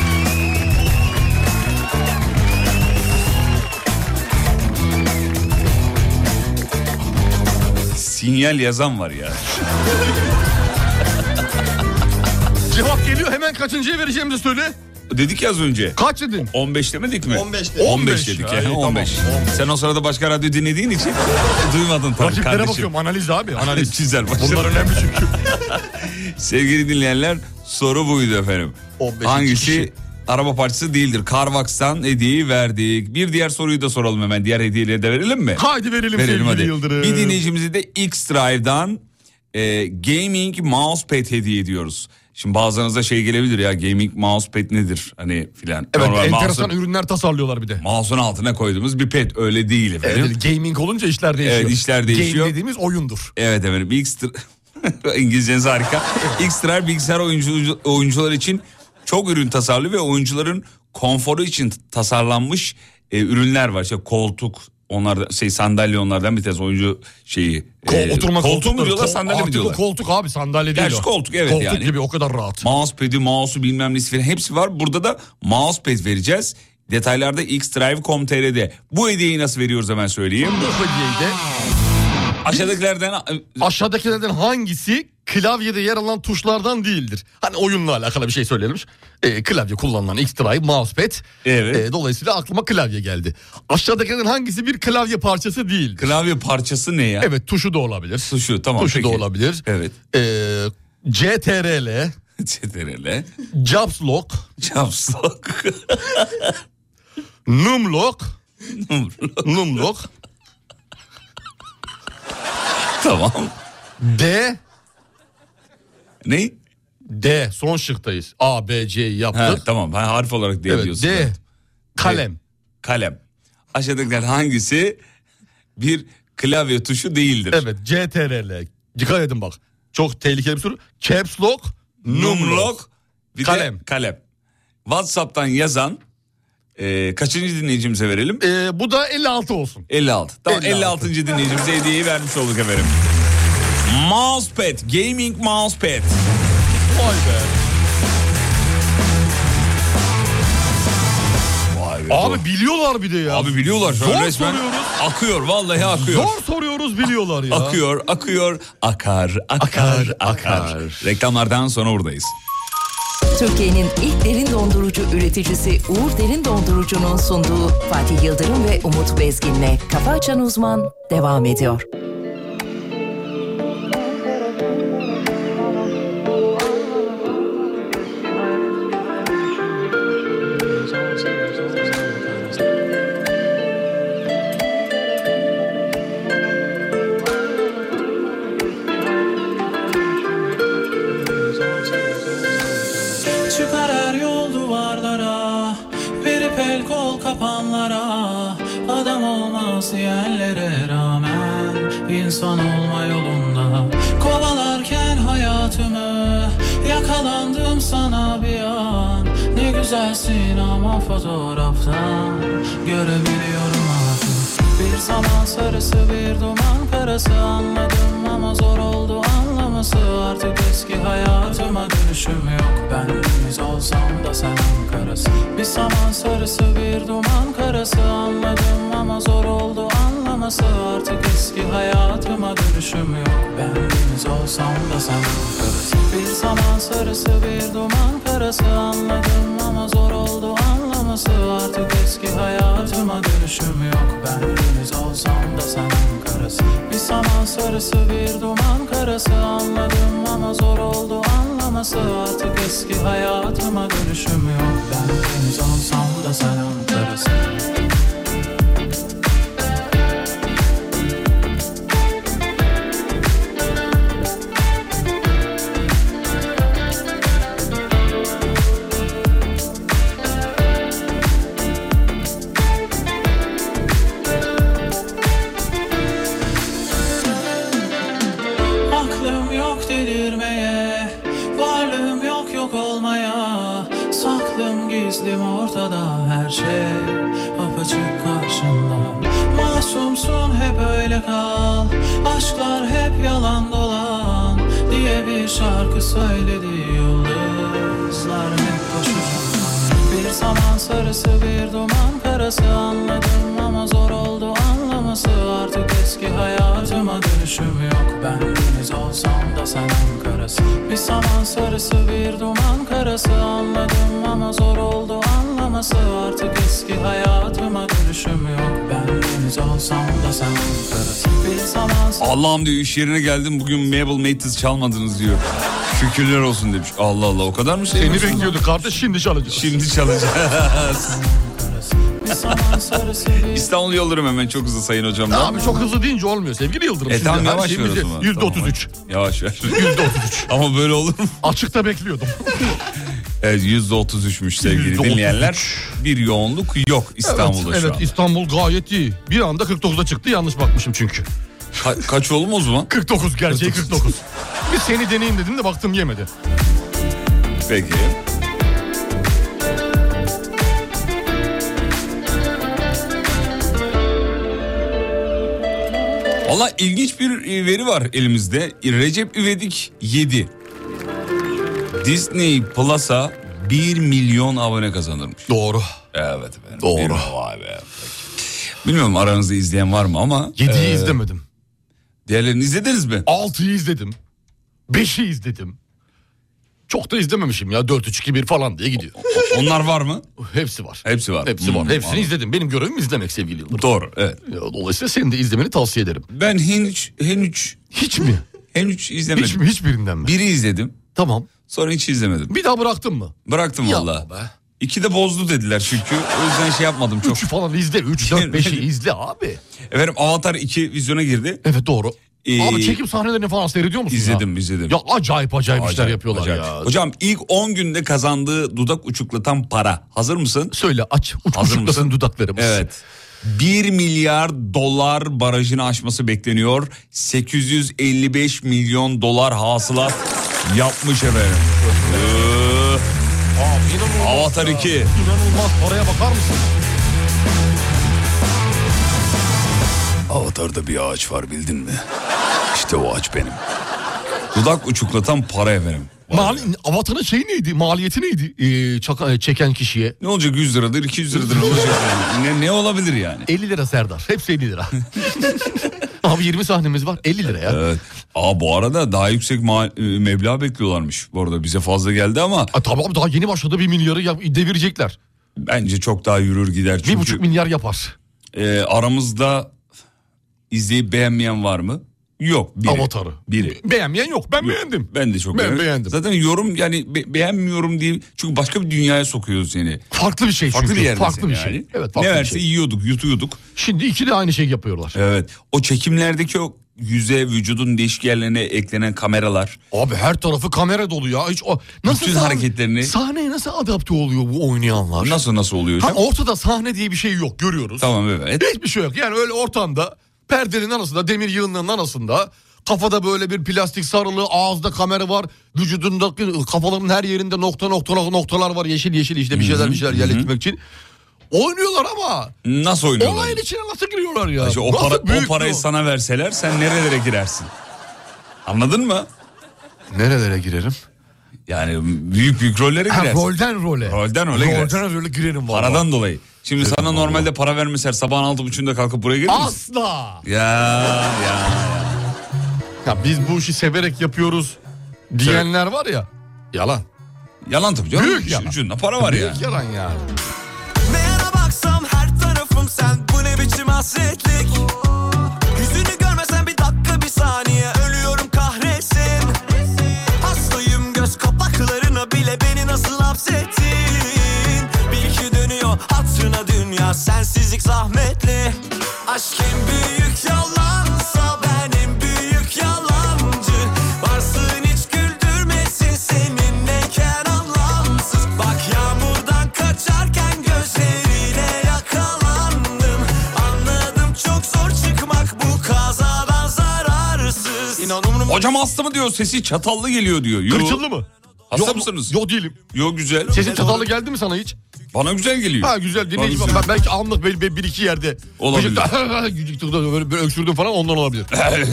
Sinyal yazan var ya. Cevap geliyor, hemen kaçıncıya vereceğimizi söyle. Dedik ya az önce. Kaç dedin? 15 demedik mi? 15 dedik ya. ya. 15. Sen o sırada başka radyo dinlediğin için duymadın tabii Rakiplere kardeşim. bakıyorum, analiz abi. Analiz. Çizer başım. Bunlar önemli çünkü. Sevgili dinleyenler, soru buydu efendim. 15. Hangisi kişi. araba parçası değildir? Carvax'tan hediyeyi verdik. Bir diğer soruyu da soralım hemen. Diğer hediyeleri de verelim mi? Haydi verelim sevgili hadi. Yıldırım. Bir dinleyicimize de X-Drive'dan gaming mousepad hediye ediyoruz. Şimdi bazılarınıza şey gelebilir ya, gaming mousepad nedir hani filan. Evet, Normal enteresan ürünler tasarlıyorlar bir de. Mouse'un altına koyduğumuz bir pad, öyle değil efendim. Evet, gaming olunca işler değişiyor. Evet, işler değişiyor. Game dediğimiz oyundur. Evet efendim, İngilizceniz harika. X-Drive bilgisayar oyuncular için çok ürün tasarlıyor ve oyuncuların konforu için tasarlanmış ürünler var. İşte koltuk, onlardan sandalye, onlardan bir tanesi oyuncu şeyi. Oturma koltuğu mu diyorlar, sandalye mi diyorlar? Artık o koltuk abi, sandalye değil. Gerçi koltuk, evet, koltuk yani. gibi, o kadar rahat. Mousepad'i, mouse'u bilmem nesi falan hepsi var. Burada da mousepad vereceğiz. Detaylarda xdrive.com.tr'de. Bu hediyeyi nasıl veriyoruz hemen söyleyeyim. Bu hediyeyi de aşağıdakilerden hangisi klavyede yer alan tuşlardan değildir? Hani oyunla alakalı bir şey söylenmiş. Klavye kullanılan X-Drive mousepad. Evet. Dolayısıyla aklıma klavye geldi. Aşağıdakilerden hangisi bir klavye parçası değil? Klavye parçası ne ya? Evet, tuşu da olabilir. Tuşu, tamam. Tuşu peki. da olabilir. Evet. CTRL. CTRL. Caps Lock. Caps Lock. Numlock. Tamam. D. Ne? D. Son şıktayız. A, B, C'yi yaptık. Tamam, ben harf olarak D Evet, diyorsun. D. Kalem. Kalem. Aşağıdakiler hangisi bir klavye tuşu değildir? Evet, CTRL. Dikkat edin bak. Çok tehlikeli bir soru. Caps Lock. Numlock. Bir Kalem. de kalem. WhatsApp'tan yazan kaçıncı dinleyicimize verelim? Bu da 56 olsun. 56. Tamam, 56. 56. dinleyicimize hediyeyi vermiş olduk efendim. Mousepad, gaming mousepad. Vay be. Vay be. Abi biliyorlar bir de ya. Abi biliyorlar. Zor Şöyle resmen soruyoruz. akıyor, vallahi akıyor. Zor soruyoruz, biliyorlar ya. Akıyor, akar. Reklamlardan sonra buradayız. Türkiye'nin ilk derin dondurucu üreticisi Uğur Derin Dondurucu'nun sunduğu Fatih Yıldırım ve Umut Bezgin'le Kafa Açan Uzman devam ediyor. Çıkar her yol duvarlara, verip el kol kapanlara. Adam olmaz diyenlere rağmen insan olma yolunda. Kovalarken hayatımı yakalandım sana bir an. Ne güzelsin ama fotoğraftan görebiliyorum artık. Bir zaman sarısı, bir duman karası, anladım ama zor oldu anlaması. Artık eski hayatıma dönüşüm yok. Ben deniz olsam da sen karası. Bir zaman sarısı, bir duman karası, anladım ama zor oldu anlaması. anlaması artık eski hayatıma dönüşüm yok. Ben deniz olsam da sen karası. Bir saman sarısı bir duman karası, anladım ama zor oldu anlaması artık eski hayatıma dönüşüm yok. Ben deniz olsam da sen karası. Bir saman sarısı bir duman karası, anladım ama zor oldu anlaması artık eski hayatıma dönüşüm yok. Ben deniz olsam da sen karası. Gizlim ortada, her şey apaçık karşında. Masumsun hep öyle kal, aşklar hep yalan dolan diye bir şarkı söyledi yıldızlar hep koşucundan. Bir saman sarısı bir duman karası, anladım ama zor oldu anlaması artık eski hayatıma dönüşüm yok. Ben deniz olsam da sen karası. Bir saman sarısı bir duman karası, anladım ama zor oldu anlaması artık eski hayatıma dönüşüm yok. Ben deniz olsam da sen karası. Bir saman sarısı... Allah'ım diyor, iş yerine geldim bugün Mabel Matez çalmadınız diyor. Şükürler olsun demiş. Allah Allah, o kadar mı Seni bekliyorduk kardeş, şimdi çalacağız. Şimdi çalacağız. İstanbul Yıldırım hemen çok hızlı sayın hocam. Abi çok hızlı deyince olmuyor sevgili Yıldırım. Tamam yavaş ver o zaman. %33. Yavaş ver. %33. Ama böyle olur mu? Açıkta bekliyordum. Evet, %33'müş sevgili dinleyenler. Bir yoğunluk yok İstanbul'da şu an. Evet, İstanbul gayet iyi. Bir anda 49'a çıktı, yanlış bakmışım çünkü. Kaç oğlum o zaman? 49, gerçeği 49. Bir seni deneyeyim dedim de baktım yemedi. Peki. Valla ilginç bir veri var elimizde. Recep İvedik 7. Disney Plus'a 1 milyon abone kazanırmış. Doğru. Evet efendim. Doğru. Vay be. Bilmiyorum aranızda izleyen var mı ama. 7'yi izlemedim. Diğerlerini izlediniz mi? 6'yı izledim. 5'i izledim. Çok da izlememişim ya, 4-3-2-1 falan diye gidiyor. Onlar var mı? Hepsi var. Hepsi var. Hepsi var. Hepsini anladım. izledim. Benim görevim izlemek sevgili Yıldırım. Doğru, evet. Dolayısıyla senin de izlemeni tavsiye ederim. Ben henüz Hiç mi? henüz izlemedim. Hiç mi? Hiçbirinden mi? Biri izledim. Tamam. Sonra hiç izlemedim. Bir daha bıraktın mı? Bıraktım valla. 2 de bozdu dediler çünkü. O yüzden şey yapmadım çok. 3'ü falan izle. 3, 4, 5'i izle abi. Efendim Avatar 2 vizyona girdi. Evet doğru. Abi çekim sahnelerini falan seyrediyor musun İzledim. Ya acayip işler yapıyorlar ya. Hocam ilk 10 günde kazandığı dudak uçuklatan para. Hazır mısın? Söyle, aç. Hazır mısın? Dudaklarımız. Evet. 1 milyar dolar barajını aşması bekleniyor. 855 milyon dolar hasılat yapmış efendim. Avatar 2. İnanılmaz, paraya bakar mısın? Avatar'da bir ağaç var, bildin mi? İşte o ağaç benim. Dudak uçuklatan para efendim. Avatar'ın şeyi neydi? Maliyeti neydi? Çeken kişiye. Ne olacak, 100 liradır 200 liradır ne olacak yani? Ne olabilir yani? 50 lira Serdar. Hepsi 50 lira. Abi 20 sahnemiz var, 50 lira ya. Evet. Bu arada daha yüksek meblağ bekliyorlarmış. Bu arada bize fazla geldi ama. Tamam, daha yeni başladı, 1 milyarı devirecekler. Bence çok daha yürür gider. Çünkü 1,5 milyar yapar. Aramızda izleyip beğenmeyen var mı? Yok. Avatar'ı. Biri. Beğenmeyen yok. Ben beğendim. Ben de çok beğendim. Zaten yorum yani beğenmiyorum diye, çünkü başka bir dünyaya sokuyor seni. Farklı bir şey çünkü. Farklı bir yerde farklı bir yani. şey. Evet, ne verse yiyorduk, yutuyorduk. Şimdi 2 de aynı şey yapıyorlar. Evet. O çekimlerdeki o yüze, vücudun değişik yerlerine eklenen kameralar. Abi her tarafı kamera dolu ya. Hiç nasıl bütün hareketlerini. Sahneye nasıl adapte oluyor bu oynayanlar? Nasıl oluyor hocam? Ortada sahne diye bir şey yok, görüyoruz. Tamam, evet. Hiçbir şey yok. Yani öyle ortamda perdenin arasında, demir yığınının arasında, kafada böyle bir plastik sarılı, ağızda kamera var, vücudundaki kafaların her yerinde noktalar var, yeşil işte bir şeyler yerleştirmek için. Oynuyorlar ama. Nasıl oynuyorlar? Olayın içine nasıl giriyorlar ya? İşte o parayı sana verseler sen nerelere girersin? Anladın mı? Nerelere girerim? Yani büyük rollere girersin. Rolden role. Rolden role girerim Paradan vallahi. dolayı. Şimdi sana normalde para vermeseler sabahın 6.30'da kalkıp buraya gelir misin? Asla. Ya. Ya biz bu işi severek yapıyoruz diyenler var ya. Yalan. Yalan tabii canım. Büyük yalan. Ucunda para var Büyük yani. yalan yani. Ne yana baksam her tarafım sen, bu ne biçim hasretlik. Yüzünü görmesen bir dakika bir saniye ölüyorum kahretsin. Hastayım göz kapaklarına bile, beni nasıl hapsettin. Bil ki dönüyor hatırına dünya, sensizlik zahmetli. Aşk en büyük yalansa ben en büyük yalancı. Varsın hiç güldürmesin seninleyken anlamsız. Bak yağmurdan kaçarken gözlerine yakalandım. Anladım çok zor çıkmak bu kazadan zararsız. İnan umurumda. Hocam hasta mı diyor, sesi çatallı geliyor diyor. Yo. Kırçıllı mı? Hasta Yok, mısınız? Yok değilim. Yok güzel. Sesin çatallı geldi mi sana hiç? Bana güzel geliyor. Ha güzel dinleyici. Bana güzel. Belki anlık bir iki yerde. Olabilir. Böyle öksürdüm falan, ondan olabilir.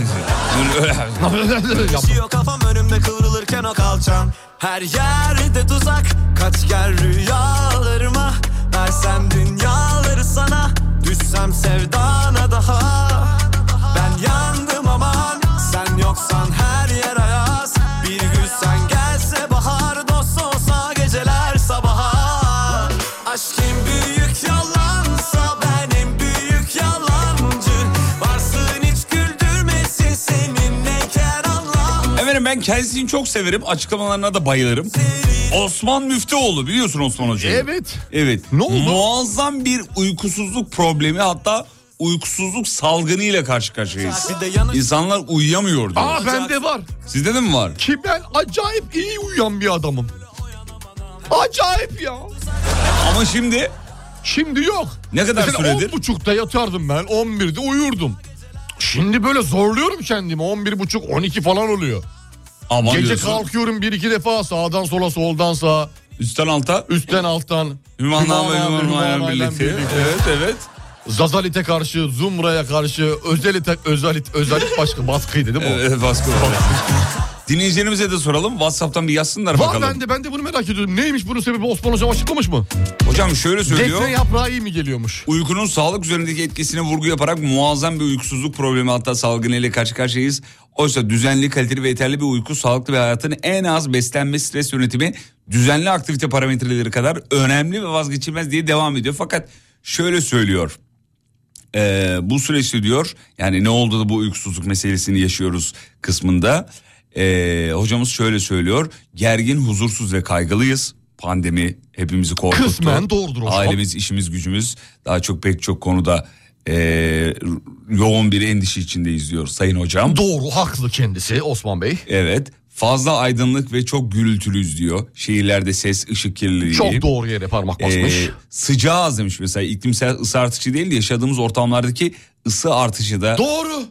Yaşıyor kafam önümde kıvrılırken o kalçam. Her yerde tuzak, kaç gel rüyalarıma. Versem dünyaları sana, düşsem sevdana daha. Ben yandım aman, sen yoksan her yer ayaz. Bir gün sen gelse bahar, dost olsa geceler sabaha. Aşk en büyük yalansa ben en büyük yalancı. Varsın hiç güldürmesin seninleyken anlam. Efendim ben kendisini çok severim. Açıklamalarına da bayılırım. Osman Müftüoğlu, biliyorsun Osman Hoca'yı. Evet. Evet. Ne oldu? Muazzam bir uykusuzluk problemi, hatta uykusuzluk salgınıyla karşı karşıyayız. İnsanlar uyuyamıyor diyor. Aa bende var. Sizde de mi var? Ki ben acayip iyi uyuyan bir adamım. Acayip ya. Ama Şimdi yok. Ne kadar süredir? 10.30'da yatardım ben, 11'de uyurdum. Şimdi böyle zorluyorum kendimi, 11.30 12 falan oluyor. Aman Gece diyorsun. kalkıyorum bir iki defa, sağdan sola soldan sağa. Üstten alta. Üstten alttan. Hümanla birlikte. Evet. Zazalit'e karşı, Zumra'ya karşı, Özalit başka baskıydı değil mi o? Evet, baskı var. Dinleyicilerimize de soralım. WhatsApp'tan bir yazsınlar Var bakalım. ben de bunu merak ediyorum. Neymiş bunun sebebi, Osman Hocam açıklamış mı? Hocam şöyle söylüyor. Defne yaprağı iyi mi geliyormuş? Uykunun sağlık üzerindeki etkisine vurgu yaparak muazzam bir uykusuzluk problemi, hatta salgınıyla karşı karşıyayız. Oysa düzenli, kaliteli ve yeterli bir uyku, sağlıklı bir hayatın en az beslenme, stres yönetimi, düzenli aktivite parametreleri kadar önemli ve vazgeçilmez diye devam ediyor. Fakat şöyle söylüyor. Bu süreçte diyor, yani ne oldu da bu uykusuzluk meselesini yaşıyoruz kısmında. Hocamız şöyle söylüyor. Gergin, huzursuz ve kaygılıyız. Pandemi hepimizi korkuttu. Kısmen doğrudur hocam. Ailemiz, işimiz, gücümüz, daha çok pek çok konuda yoğun bir endişe içindeyiz diyor Sayın Hocam. Doğru, haklı kendisi Osman Bey. Evet. Fazla aydınlık ve çok gürültülüyüz diyor. Şehirlerde ses, ışık kirliliği. Çok doğru yere parmak basmış. Sıcağız demiş mesela. İklimsel ısı artışı değil de yaşadığımız ortamlardaki ısı artışı da. Doğru.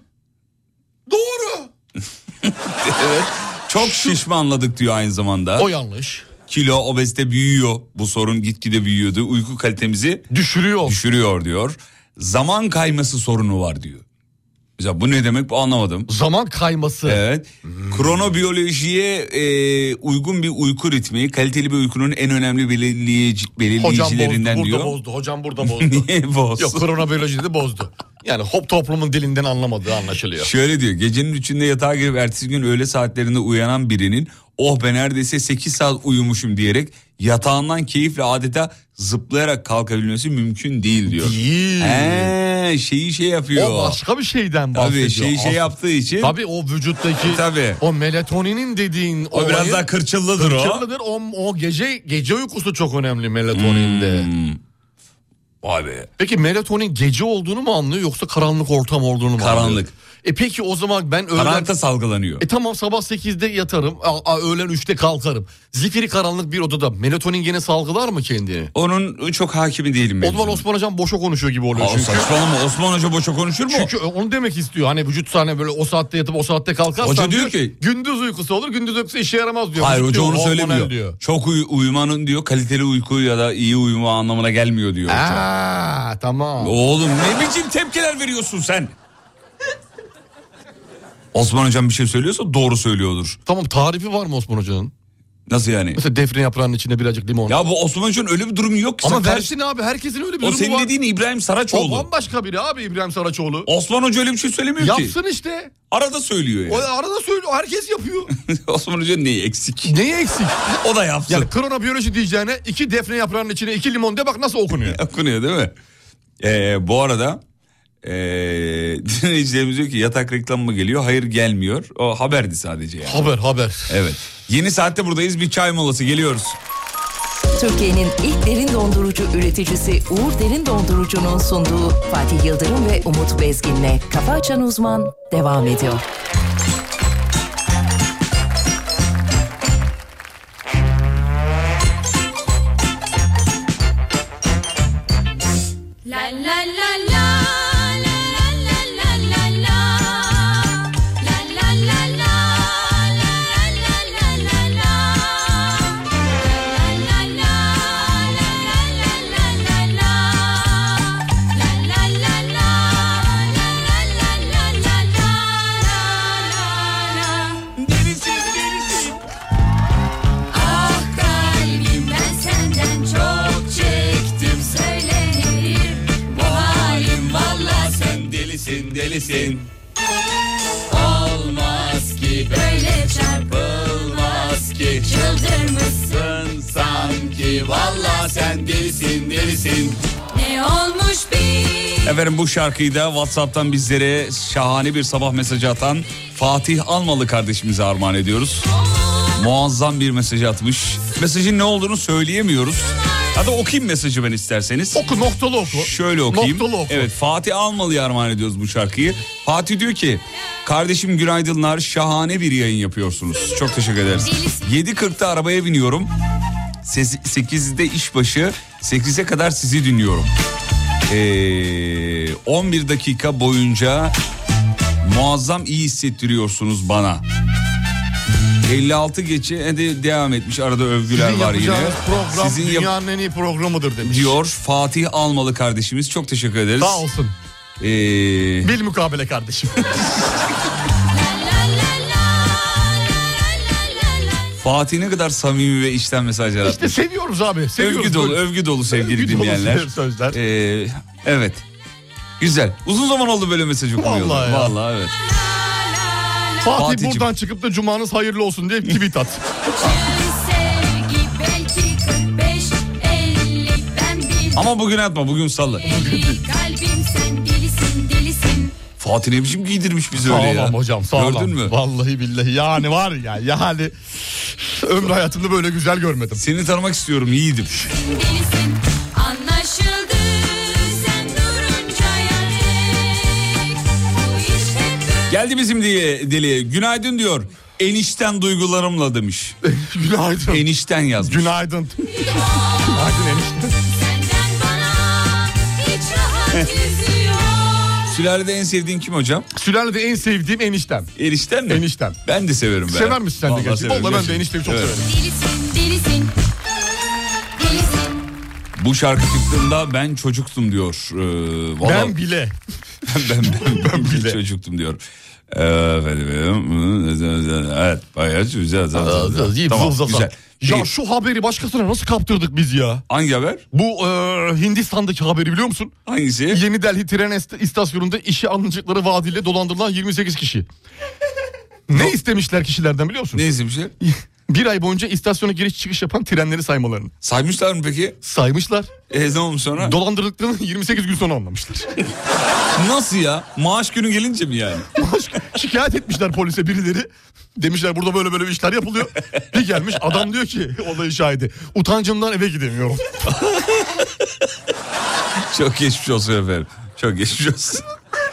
Evet. Çok şişmanladık diyor aynı zamanda. O yanlış. Kilo, obezite büyüyor. Bu sorun gitgide büyüyordu. Uyku kalitemizi düşürüyor diyor. Zaman kayması sorunu var diyor. Mesela bu ne demek, bu anlamadım. Zaman kayması. Evet. Kronobiyolojiye uygun bir uyku ritmi, kaliteli bir uykunun en önemli belirleyicilerinden diyor. Hocam burada bozdu. Niye bozdu? Yok, kronobiyolojide bozdu. Yani toplumun dilinden anlamadığı anlaşılıyor. Şöyle diyor, gecenin 3'ünde yatağa girip ertesi gün öğle saatlerinde uyanan birinin oh be neredeyse 8 saat uyumuşum diyerek yatağından keyifle adeta zıplayarak kalkabilmesi mümkün değil diyor. Değil. Şey yapıyor. O başka bir şeyden bahsediyor. Tabii şey yaptığı için. Tabii o vücuttaki o melatoninin dediğin o biraz daha kırçıllıdır o. Kırçıllıdır. O gece uykusu çok önemli melatoninde. Vay be. Peki melatonin gece olduğunu mu anlıyor yoksa karanlık ortam olduğunu mu Karanlık. anlıyor? Peki o zaman ben karanlıkta salgılanıyor. Tamam, sabah 8'de yatarım, öğlen 3'te kalkarım. Zifiri karanlık bir odada melatonin gene salgılar mı kendini? Onun çok hakimi değilim ben. O zaman Osman Hocam boşa konuşuyor gibi oluyor çünkü. Saçmalama, Osman Hoca boşa konuşur mu? Çünkü onu demek istiyor. Hani vücut sahne böyle o saatte yatıp o saatte kalkarsan Hoca diyor ki gündüz uykusu olur, gündüz uykusu işe yaramaz diyor. Hayır, hoca onu söylemiyor. Diyor. Çok uyumanın diyor kaliteli uyku ya da iyi uyuma anlamına gelmiyor diyor. Tamam. Oğlum ne biçim tepkiler veriyorsun sen? Osman Hocam bir şey söylüyorsa doğru söylüyordur. Tamam, tarifi var mı Osman Hoca'nın? Nasıl yani? Mesela defne yaprağının içine birazcık limon. Ya bu Osman Hoca'nın öyle bir durumu yok ki. Ama versin abi, herkesin öyle bir o durumu senin var. dediğin İbrahim O Saraçoğlu. bambaşka biri abi, İbrahim Saraçoğlu. Osman Hoca öyle bir şey söylemiyor ki. Yapsın işte. Arada söylüyor yani. O arada söylüyor, herkes yapıyor. Osman Hoca neyi eksik? Neyi eksik? O da yapsın. Yani kronobiyoloji diyeceğine 2 defne yaprağının içine 2 limon de, bak nasıl okunuyor. Okunuyor değil mi? Bu arada dinleyicilerimiz diyor ki yatak reklamı mı geliyor? Hayır, gelmiyor. O haberdi sadece yani. Haber. Evet. Yeni saatte buradayız. Bir çay molası, geliyoruz. Türkiye'nin ilk derin dondurucu üreticisi Uğur Derin Dondurucu'nun sunduğu Fatih Yıldırım ve Umut Bezgin'le Kafa Açan Uzman devam ediyor. La la la la la la la la la la la la la Ah kalbim, ben senden çok çektim, söylenir bu halim, valla sen Delisin. olmaz ki, böyle çarpılmaz ki, çıldırmışsın sanki. Valla sen delisin. ne olmuş bir. Efendim, bu şarkıyı da WhatsApp'tan bizlere şahane bir sabah mesajı atan Fatih Almalı kardeşimize armağan ediyoruz. Muazzam bir mesaj atmış. Mesajın ne olduğunu söyleyemiyoruz. Hadi okuyayım mesajı ben isterseniz. Oku, noktalı oku. Şöyle okuyayım. Noktalı oku. Evet, Fatih Almalı'ya armağan ediyoruz bu şarkıyı. Fatih diyor ki, kardeşim günaydınlar, şahane bir yayın yapıyorsunuz. Çok teşekkür ederiz. 7.40'da arabaya biniyorum. 8'de işbaşı, 8'e kadar sizi dinliyorum. 11 dakika boyunca muazzam iyi hissettiriyorsunuz bana. 56 geçe hadi devam etmiş, arada övgüler Sizin var yine. yapacağınız program Sizin dünyanın en iyi programıdır demiş. diyor Fatih Almalı kardeşimiz, çok teşekkür ederiz. Sağ olsun. Bil mukabele kardeşim. Fatih ne kadar samimi ve içten mesajlar atmış. İşte seviyoruz abi. Seviyoruz Övgü dolu sevgili Övgü dolu dinleyenler. sözler. Evet. Güzel. Uzun zaman oldu böyle mesaj okumuyordu. Vallahi ya. Vallahi evet. Fatih Fatih'cim. buradan çıkıp da cumanız hayırlı olsun diye tweet at. Sevgi belki 45, 50, ben bilmem. Ama bugün atma, bugün salı. 50 kalbim, sen delisin. Fatih ne biçim giydirmiş bizi öyle ya. Sağlam hocam, sağlam. Gördün mü? Vallahi billahi, yani var ya, yani ömrü hayatımda böyle güzel görmedim. Seni tanımak istiyorum yiğidim. Delisin, anlaşıldı, sen durunca yanık. Bu iş hep Geldi bizim deliye. Günaydın diyor. Enişten duygularımla demiş. Günaydın. Enişten yazmış. Günaydın. Günaydın enişte. senden bana hiç rahat yüzü yok. Sülalede en sevdiğin kim hocam? Sülalede en sevdiğim eniştem. Enişten mi? Eniştem. Ben de severim. Sever misin sen de Vallahi gerçekten? severim, Vallahi ben de gerçekten. eniştemi çok Evet. severim. Delisin. Bu şarkı çıktığında ben çocuktum diyor. Vallahi Ben bile. ben bile çocuktum diyor. Evet, bayağı güzel. Tamam, güzel. Ya Peki, şu haberi başkasına nasıl kaptırdık biz ya? hangi haber? Bu Hindistan'daki haberi biliyor musun? Hangisi? Yeni Delhi tren istasyonunda işe alınacakları vaadiyle dolandırılan 28 kişi. Ne istemişler kişilerden biliyor musun? Ne izlemişler? Bir ay boyunca istasyona giriş çıkış yapan trenleri saymalarını. Saymışlar mı peki? Saymışlar. Ne olmuş sonra? Dolandırdıklarını 28 gün sonra anlamışlar. Nasıl ya? Maaş günü gelince mi yani? Şikayet etmişler polise birileri. Demişler burada böyle böyle işler yapılıyor. Bir gelmiş adam diyor ki olayı şahidi. Utancımdan eve gidemiyorum. Çok geçmiş olsun efendim. Çok geçmiş olsun.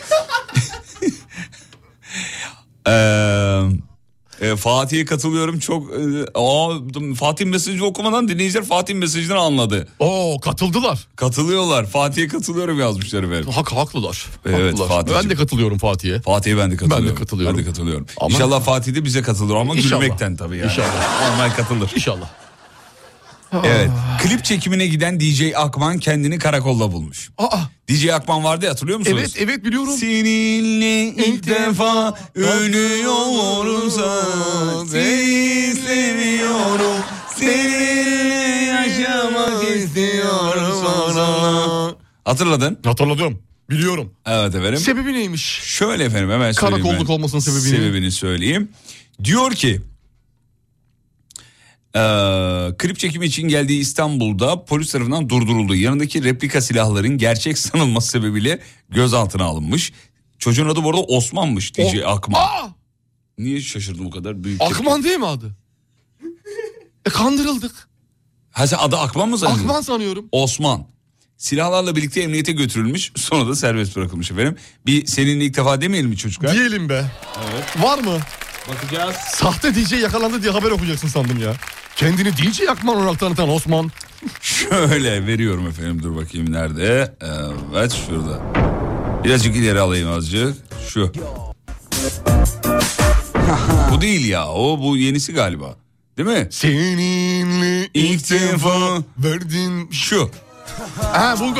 Fatih'e katılıyorum çok. Fatih mesajı okumadan dinleyiciler Fatih mesajını anladı. Oo, katıldılar. Katılıyorlar. Fatih'e katılıyorum yazmışlar efendim. Haklılar. Evet, Haklılar. Fatih'cim. Ben de katılıyorum Fatih'e. Fatih'e ben de katılıyorum. Ben de katılıyorum. Ama- İnşallah Fatih de bize katılır ama İnşallah. gülmekten tabii yani. İnşallah. Normal katılır. İnşallah. Evet. Klip çekimine giden DJ Akman kendini karakolda bulmuş. Aa, DJ Akman vardı ya, hatırlıyor musunuz? evet biliyorum. Seninle ilk defa ölüyorum, seni seviyorum. Hatırladın? Hatırladım. Biliyorum. Evet efendim. Sebebi neymiş? Şöyle efendim hemen söyleyeyim. Karakolluk olmasının sebebini söyleyeyim. Diyor ki klip çekimi için geldiği İstanbul'da polis tarafından durduruldu. Yanındaki replika silahların gerçek sanılması sebebiyle gözaltına alınmış. Çocuğun adı bu arada Osman'mış, DJ Akman. Niye şaşırdım o kadar? Büyük Akman değil mi adı? Kandırıldık. Ha sen adı Akman mı sanıyorsun? Akman sanıyorum. Osman. Silahlarla birlikte emniyete götürülmüş, sonra da serbest bırakılmış efendim. Bir seninle ilk defa demeyelim mi çocuklar? Diyelim be. Evet. Var mı? Bakacağız. Sahte DJ yakalandı diye haber okuyacaksın sandım ya. Kendini DJ Akman olarak tanıtan Osman. Şöyle veriyorum efendim, dur bakayım nerede? Evet şurada. Birazcık ileri alayım azıcık. Şu. Bu değil ya, bu yenisi galiba. Değil mi? Seninle İlk defa verdin. Şu. Ha buldu.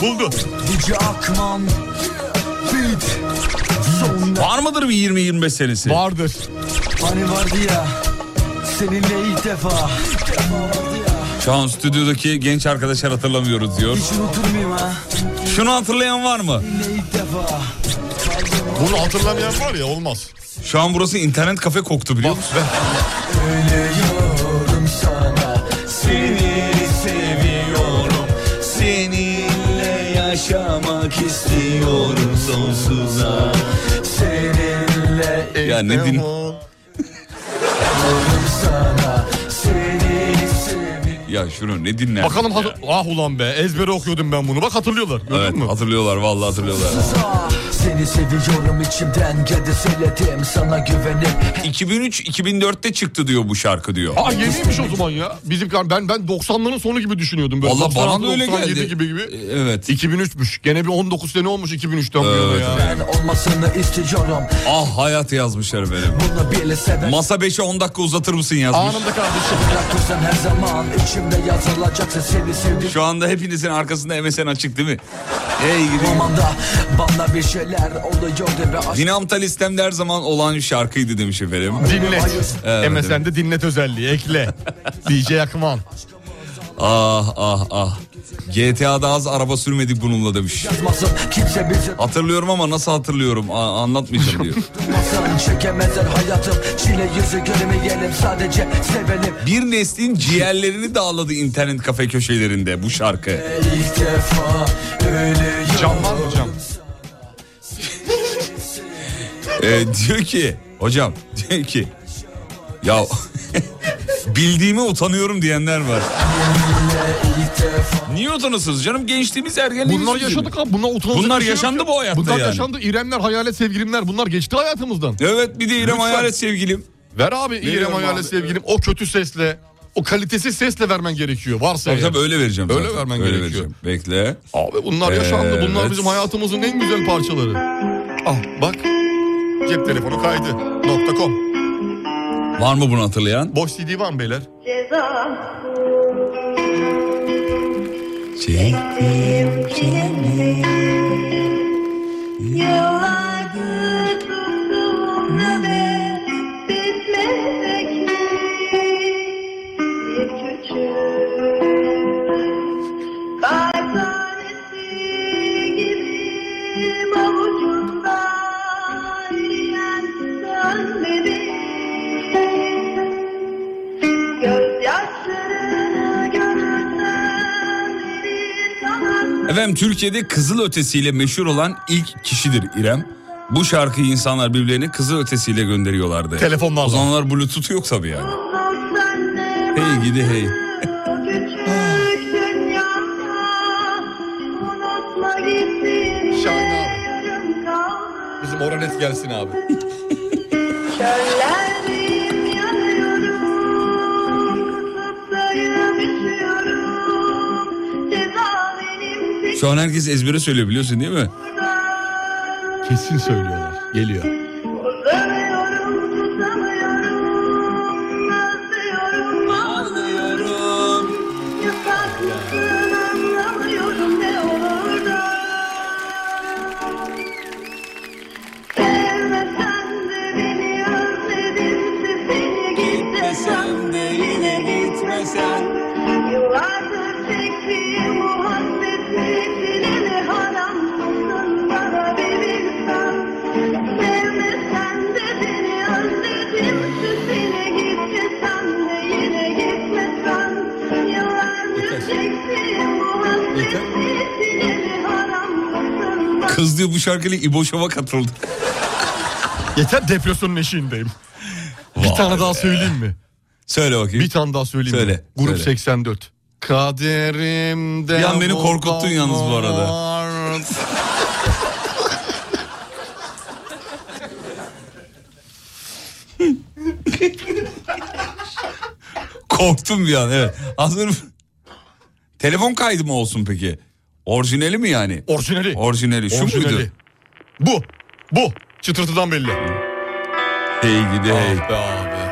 Var mıdır bir 20-25 senesi? Vardır. Hani vardı ya seninle ilk defa. Şu an stüdyodaki genç arkadaşlar hatırlamıyoruz diyor. Hiç unuturmayayım ha. Şunu hatırlayan var mı? Seninle ilk defa. Bunu hatırlamayan var ya, olmaz. Şu an burası internet kafe koktu biliyor musun? Ölüyorum sana, seni seviyorum, seninle yaşamak istiyorum sonsuza, seninle Ya ne din? sana, seni seviyorum. Ya şunu ne dinler? Bakalım ah ulan be, ezbere okuyordum ben bunu. Bak hatırlıyorlar. Gördün Evet mü? hatırlıyorlar, vallahi hatırlıyorlar. Seni seviyorum içimden, geldi söyledim sana güvenip. 2003-2004'te çıktı diyor bu şarkı diyor. Yeniymiş o zaman ya. Bizim ben 90'ların sonu gibi düşünüyordum. Böyle Vallahi bana da öyle 97 geldi. gibi. Evet. 2003'müş. Gene bir 19 sene olmuş 2003'ten bu yana ya. Ben olmasını istiyorum. Ah hayat yazmışlar benim. Bunu bile seven. Masa 5'e 10 dakika uzatır mısın yazmış. Anında kardeşim. Bırakırsan her zaman içimde yazılacaksın, seni sevdim. Şu anda hepinizin arkasında MSN açık değil mi? Hey gidi. Romanda bana bir şeyler oluyor ve aşk. Dinamta listemde her zaman olan şarkıydı demiş efendim. Dinlet. Evet, MSN'de dinlet özelliği ekle. DJ Akman. Ah. GTA'da az araba sürmedik bununla demiş. Yazmasın kimse bizi Hatırlıyorum ama nasıl hatırlıyorum anlatmayacağım diyor. tutmasın, çekemezler hayatım. Çile yüzü görmeyelim, sadece sevelim. Bir neslin ciğerlerini dağladı internet kafe köşelerinde bu şarkı. İlk defa ölüyorum. Can var mı hocam? Diyor ki ya bildiğime utanıyorum diyenler var. Niye utanırsınız canım? Gençliğimiz, ergenliğimiz. Bunlar yaşadık abi. Bunlar yaşandı bu hayatta Bunlar yani. yaşandı. İremler, hayalet sevgilimler. Bunlar geçti hayatımızdan. Evet, bir de İrem Lütfen. hayalet sevgilim. Ver abi İrem Veriyorum hayalet abi. sevgilim. O kötü sesle, o kalitesiz sesle vermen gerekiyor. Varsa Tabii eğer. tabii öyle vereceğim Öyle zaten. vermen Öyle gerekiyor. vereceğim. Bekle. Abi bunlar yaşandı. Bunlar Evet. bizim hayatımızın en güzel parçaları. Ah bak. Cep telefonu kaydı.com. Var mı bunu hatırlayan? Boş CD var mı beyler? Yıllardır tuttuğum nefes bitmeyecek mi? Bir küçük kar tanesi gibi avucumda eriyen sönmedi. Gözyaşlarını görürsem bir kanat. Efendim Türkiye'de kızılötesiyle meşhur olan ilk kişidir İrem. Bu şarkıyı insanlar birbirlerine kızılötesiyle gönderiyorlardı. Telefonlarla. O zamanlar Bluetooth yok tabii yani. Hey gidi hey. Şahane abi. Bizim Oralet gelsin abi. Çöllerdeyim yanıyorum, kutuptayım üşüyorum, ceza benim Şu an herkes ezbere söylüyor biliyorsun değil mi? Kesin söylüyorlar. Geliyor. uzanıyorum, tutamıyorum, özlüyorum, ağlıyorum, yasaklısın anlamıyorum ne olur da. Sevmesen de beni özledim, seni gitmesen de yine gitmesen. Yıllardır çektiğim bu hasret silene özletimsi seni gitmesen de yine gitmesen. Yıllarca çektiğim bu hasreti sileli haram mısın? Kız diyor bu şarkıyla İbo Şov'a katıldı. Yeter, depresyonun eşiğindeyim. Bir tane daha söyleyeyim mi? Söyle bakayım. Bir tane daha söyleyeyim Söyle, mi? Grup söyle. 84. Kaderimde... Bir an beni korkuttun yalnız bu arada. Korktum bir an, evet. Hazır mı? Telefon kaydı mı olsun peki? Orijinali mi yani? Orijinali. Orijinali. Şu Orijinali. muydu? Bu. Çıtırtıdan belli. Hey gidi hey. Ah be abi.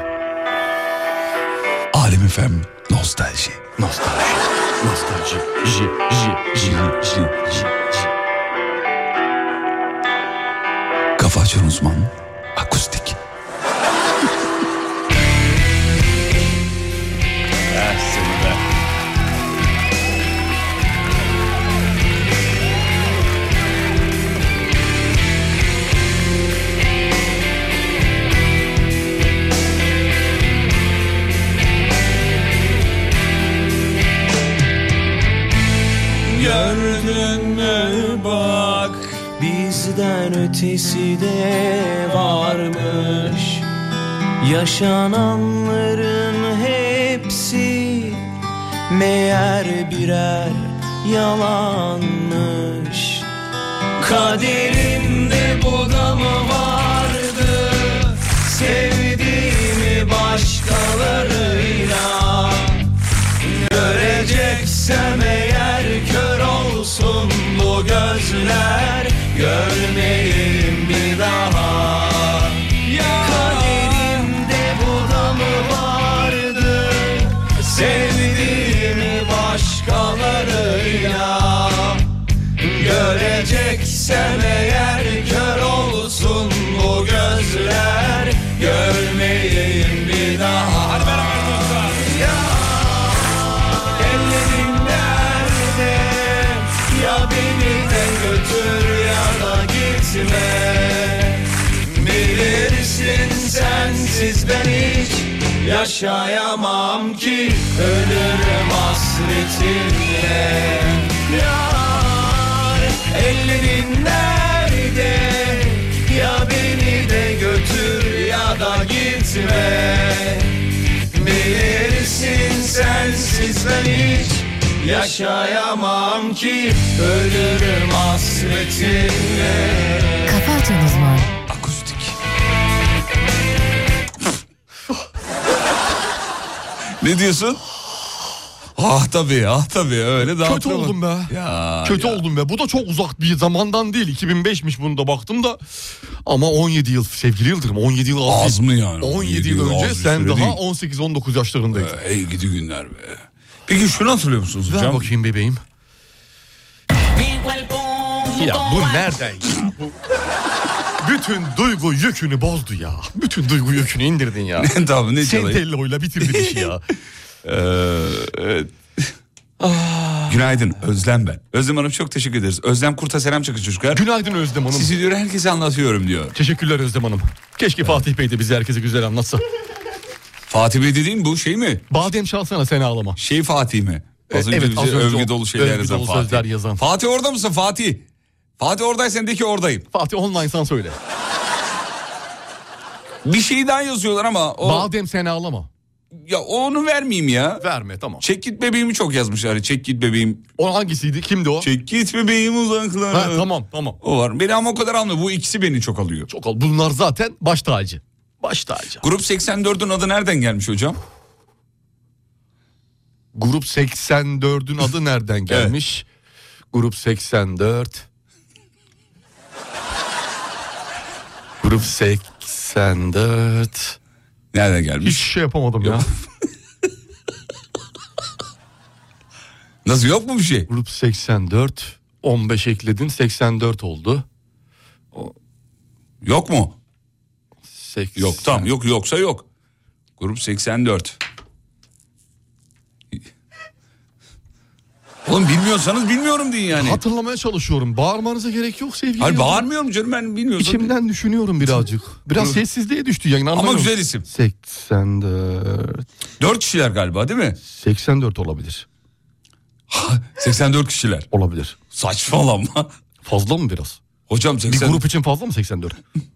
Alem efem nostalji. Nostalji. Kafa açan uzman. Akustik. Gördün mü bak, bizden ötesi de varmış. Yaşananların hepsi meğer birer yalanmış. Kaderimde bu da mı vardı, sevdiğimi başkalarıyla. Göreceksem eğer kör olsun bu gözler, görmeyeyim bir daha. Kaderimde bu da mı vardı, sevdiğimi başkalarıyla. Göreceksem eğer kör olsun bu gözler, görmeyeyim bir daha. Hadi beraber dostlar. Ellerin nerede? Ya beni de götür ya da gitme. Bilirsin sensiz ben hiç yaşayamam ki, ölürüm hasretinle. Yar, ellerin nerede? Ya beni de götür ya da gitme. Bilirsin sensiz ben hiç yaşayamam ki, ölürüm hasretinle. Kafa Açan Uzman. Akustik. Ne diyorsun? Ah tabii öyle daha. Kötü oldum be. Kötü oldum be. Bu da çok uzak bir zamandan değil. 2005'miş, bunu da baktım da. Ama 17 yıl sevgili Yıldırım. 17 yıl az mı yani? 17 yıl önce sen daha 18-19 yaşlarındaydın. Ey gidi günler be. Peki şunu hatırlıyor musunuz hocam? Ver bakayım bebeğim. Ya bu nereden ya? Bütün duygu yükünü bozdu ya. Bütün duygu yükünü indirdin ya. Tamam, ne çalayım? Sentello'yla bitirdin işi ya. Evet. Günaydın Özlem ben. Özlem Hanım çok teşekkür ederiz. Özlem Kurt'a selam çakın çocuklar. Günaydın Özlem Hanım. Sizi diyor herkese anlatıyorum diyor. Teşekkürler Özlem Hanım. Keşke Fatih Bey de bize herkese güzel anlatsa. Fatih Bey dediğin bu şey mi? Badem çalsana, sen ağlama. Şey Fatih mi? Az önce Evet, bize az önce övgü dolu şeyler övgü yazan dolu Fatih. sözler yazan. Fatih orada mısın Fatih? Fatih oradaysan de ki oradayım. Fatih online'san söyle. Bir şey daha yazıyorlar ama. Badem sen ağlama. Ya onu vermeyeyim ya. Verme, tamam. Çek git bebeğimi çok yazmışlar. Çek git bebeğim. O hangisiydi? Kimdi o? Çek git bebeğim uzaklara. Ha, tamam. O var. Beni ama o kadar almıyor. Bu ikisi beni çok alıyor. Çok al. Bunlar zaten baş tacı. Baş tacı. Grup 84'ün adı nereden gelmiş hocam? Grup 84'ün adı nereden gelmiş? Evet. Grup 84. Grup 84. Nereden gelmiş? Hiç şey yapamadım ya. Nasıl, yok mu bir şey? Grup 84. 15 ekledin, 84 oldu. Yok mu? 80. Yok, tamam, yok, yoksa yok. Grup 84. Oğlum bilmiyorsanız bilmiyorum deyin yani. Hatırlamaya çalışıyorum. Bağırmanıza gerek yok sevgili. Hayır Yıldırım. bağırmıyorum canım, ben bilmiyorsam. İçimden düşünüyorum birazcık. Biraz sessizliğe düştü yayın. Ama güzel isim. 84. 4 kişiler galiba değil mi? 84 olabilir. 84 kişiler. Olabilir. Saçmalama. Fazla mı biraz? Hocam 80... Bir grup için fazla mı 84?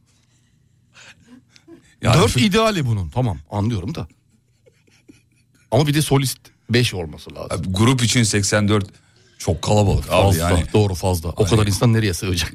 Yani 4 ideali bunun. Tamam anlıyorum da. Ama bir de solist 5 olması lazım. Abi, grup için 84 çok kalabalık Fazla, abi yani. doğru fazla. O kadar insan nereye sığacak?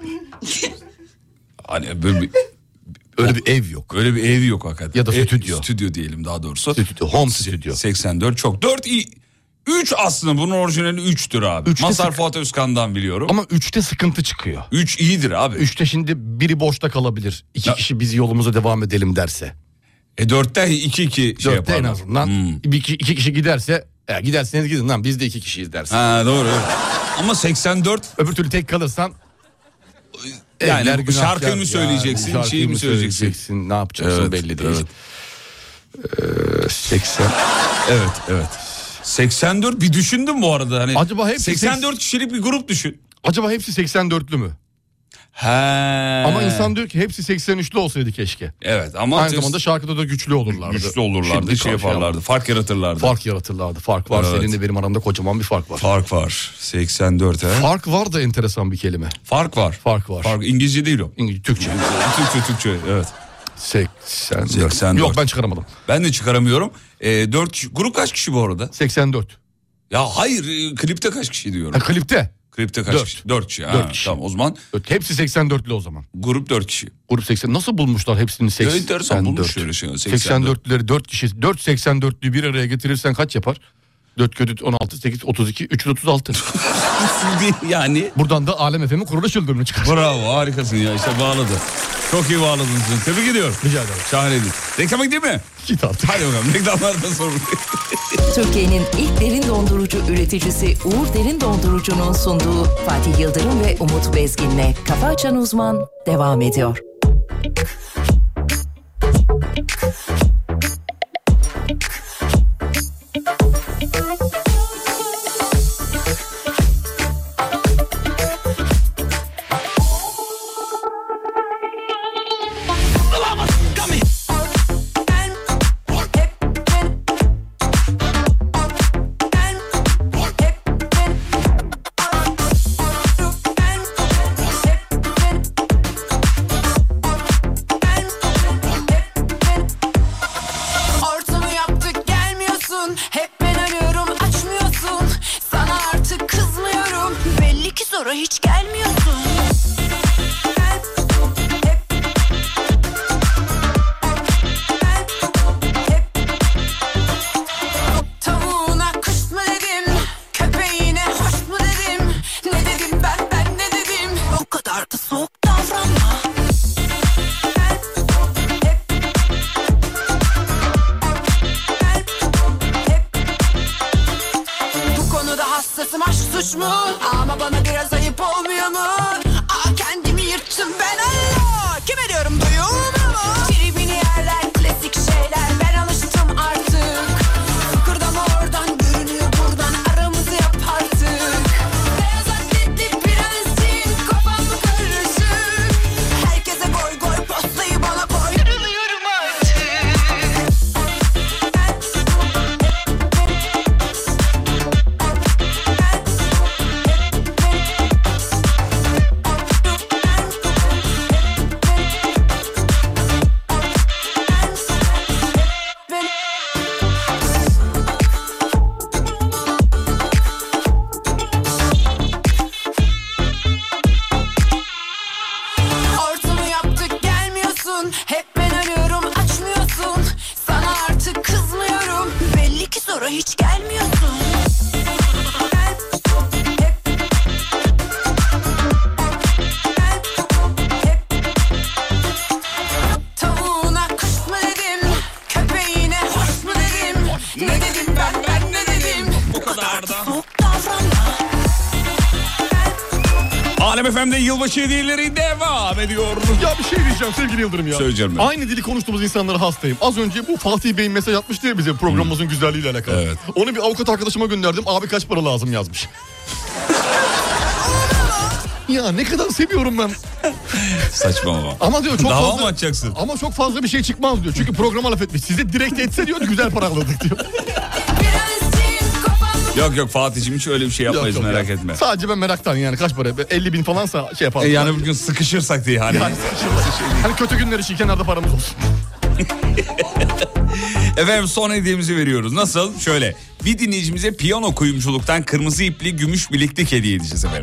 Hani böyle bir, öyle bir ev yok. Öyle bir ev yok hakikaten. Ya da stüdyo. Stüdyo diyelim daha doğrusu. Stüdyo, home stüdyo. 84 çok. 3 aslında, bunun orijinali 3'tür abi. Mazhar Fuat Özkan'dan biliyorum. Ama 3'te sıkıntı çıkıyor. 3 iyidir abi. 3'te şimdi biri boşta kalabilir. 2 kişi biz yolumuza devam edelim derse. 4'te 2-2 şey yaparlar. 4'te en azından 2 kişi giderse, giderseniz gidin lan biz de 2 kişiyiz dersin. Ha doğru. Ama 84 öbür türlü tek kalırsan yani şarkıyı mı söyleyeceksin, yani, şeyi mi söyleyeceksin? Ne yapacaksın evet, belli değil. Evet. 80. Evet. 84 bir düşündüm bu arada. Hani acaba hepsi 84 kişilik bir grup düşün. Acaba hepsi 84'lü mü? He. Ama insan diyor ki hepsi 83'lü olsaydı keşke. Evet ama aynı zamanda şarkıda da güçlü olurlardı. Güçlü olurlardı, şey yaparlardı, fark yaratırlardı. Fark var. Evet. Seninle benim aramda kocaman bir fark var. Fark var. 84 he. Fark var da enteresan bir kelime. Fark var. Fark İngilizce değil o. Türkçe. Türkçe evet. 84. Yok ben çıkaramadım. Ben de çıkaramıyorum. 4 grup kaç kişi bu arada? 84. Ya hayır, klipte kaç kişi diyorum. Klipte? Klipte kaç 4. kişi? 4 kişi. 4 kişi. Tamam o zaman. Hepsi 84'lü o zaman. Grup 4 kişi. Grup 80. Nasıl bulmuşlar hepsini 84? Enteresan bulmuş şöyle şey. 84'lüleri 4 kişi. 4 84'lü bir araya getirirsen kaç yapar? 4 kötü 16, 8, 32, 336. Yani. Buradan da Alem FM'in kuruluş yıldönümünü çıkar. Bravo, harikasın ya, işte bağladı. Çok iyi bağladın sen. Tebrik ediyorum. Rica ederim. Şahaneydi. Reklama gideyim mi? Git artık. Hadi bakalım, reklamlardan sonra. Türkiye'nin ilk derin dondurucu üreticisi Uğur Derin Dondurucu'nun sunduğu Fatih Yıldırım ve Umut Bezgin'le Kafa Açan Uzman devam ediyor. Hiç gelmiyorsun. Tavuğuna kuş mu dedim, köpeğine hoş mu dedim, ne dedim ben ne dedim, o kadar da soğuk davranma. Bu konuda hassasım, aşk suç mu? Ama bana biraz ayıp olmuyor mu? Kendimi yırttım ben, Allah! Kime diyorum, duyuyor mu? Tribini yerler, klasik şeyler, ben alıştım artık. Fıkırdama oradan, görünüyor buradan, aramızı yap artık. Beyaz atletli prensim, kafam mı karışık? Herkese goy goy, postayı bana koy. Kırılıyorum artık. Ortamı yaptık gelmiyorsun, hep ben arıyorum açmıyorsun. Sana artık kızmıyorum, belli ki sonra hiç gelmiyorsun. Tavuğuna kuş mu dedim, köpeğine hoş mu dedim, ne dedim ben ne dedim, bu kadar da soğuk davranma. Alem FM'de yılbaşı hediyeleri devam ediyor. Ya bir şey diyeceğim sevgili Yıldırım ya. Söyleyeceğim ben. Aynı dili konuştuğumuz insanlara hastayım. Az önce bu Fatih Bey'in mesaj atmıştı ya bize programımızın güzelliğiyle alakalı. Evet. Onu bir avukat arkadaşıma gönderdim. Abi kaç para lazım yazmış. Ya ne kadar seviyorum ben. Saçmalama. Ama diyor çok Dava fazla. mı açacaksın? Ama çok fazla bir şey çıkmaz diyor. Çünkü programa laf etmiş. Size direkt etse diyor güzel para alırdık diyor. Yok Fatih'cim hiç öyle bir şey yapmayız, Yok, merak ya. etme. Sadece ben meraktan yani kaç para? 50.000 falansa şey yaparım. Yani bugün sıkışırsak diye hani. Yani hani kötü günler için kenarda paramız olsun. Efendim son hediyemizi veriyoruz. Nasıl? Şöyle. Bir dinleyicimize piyano kuyumculuktan kırmızı ipli gümüş bileklik hediye edeceğiz efendim.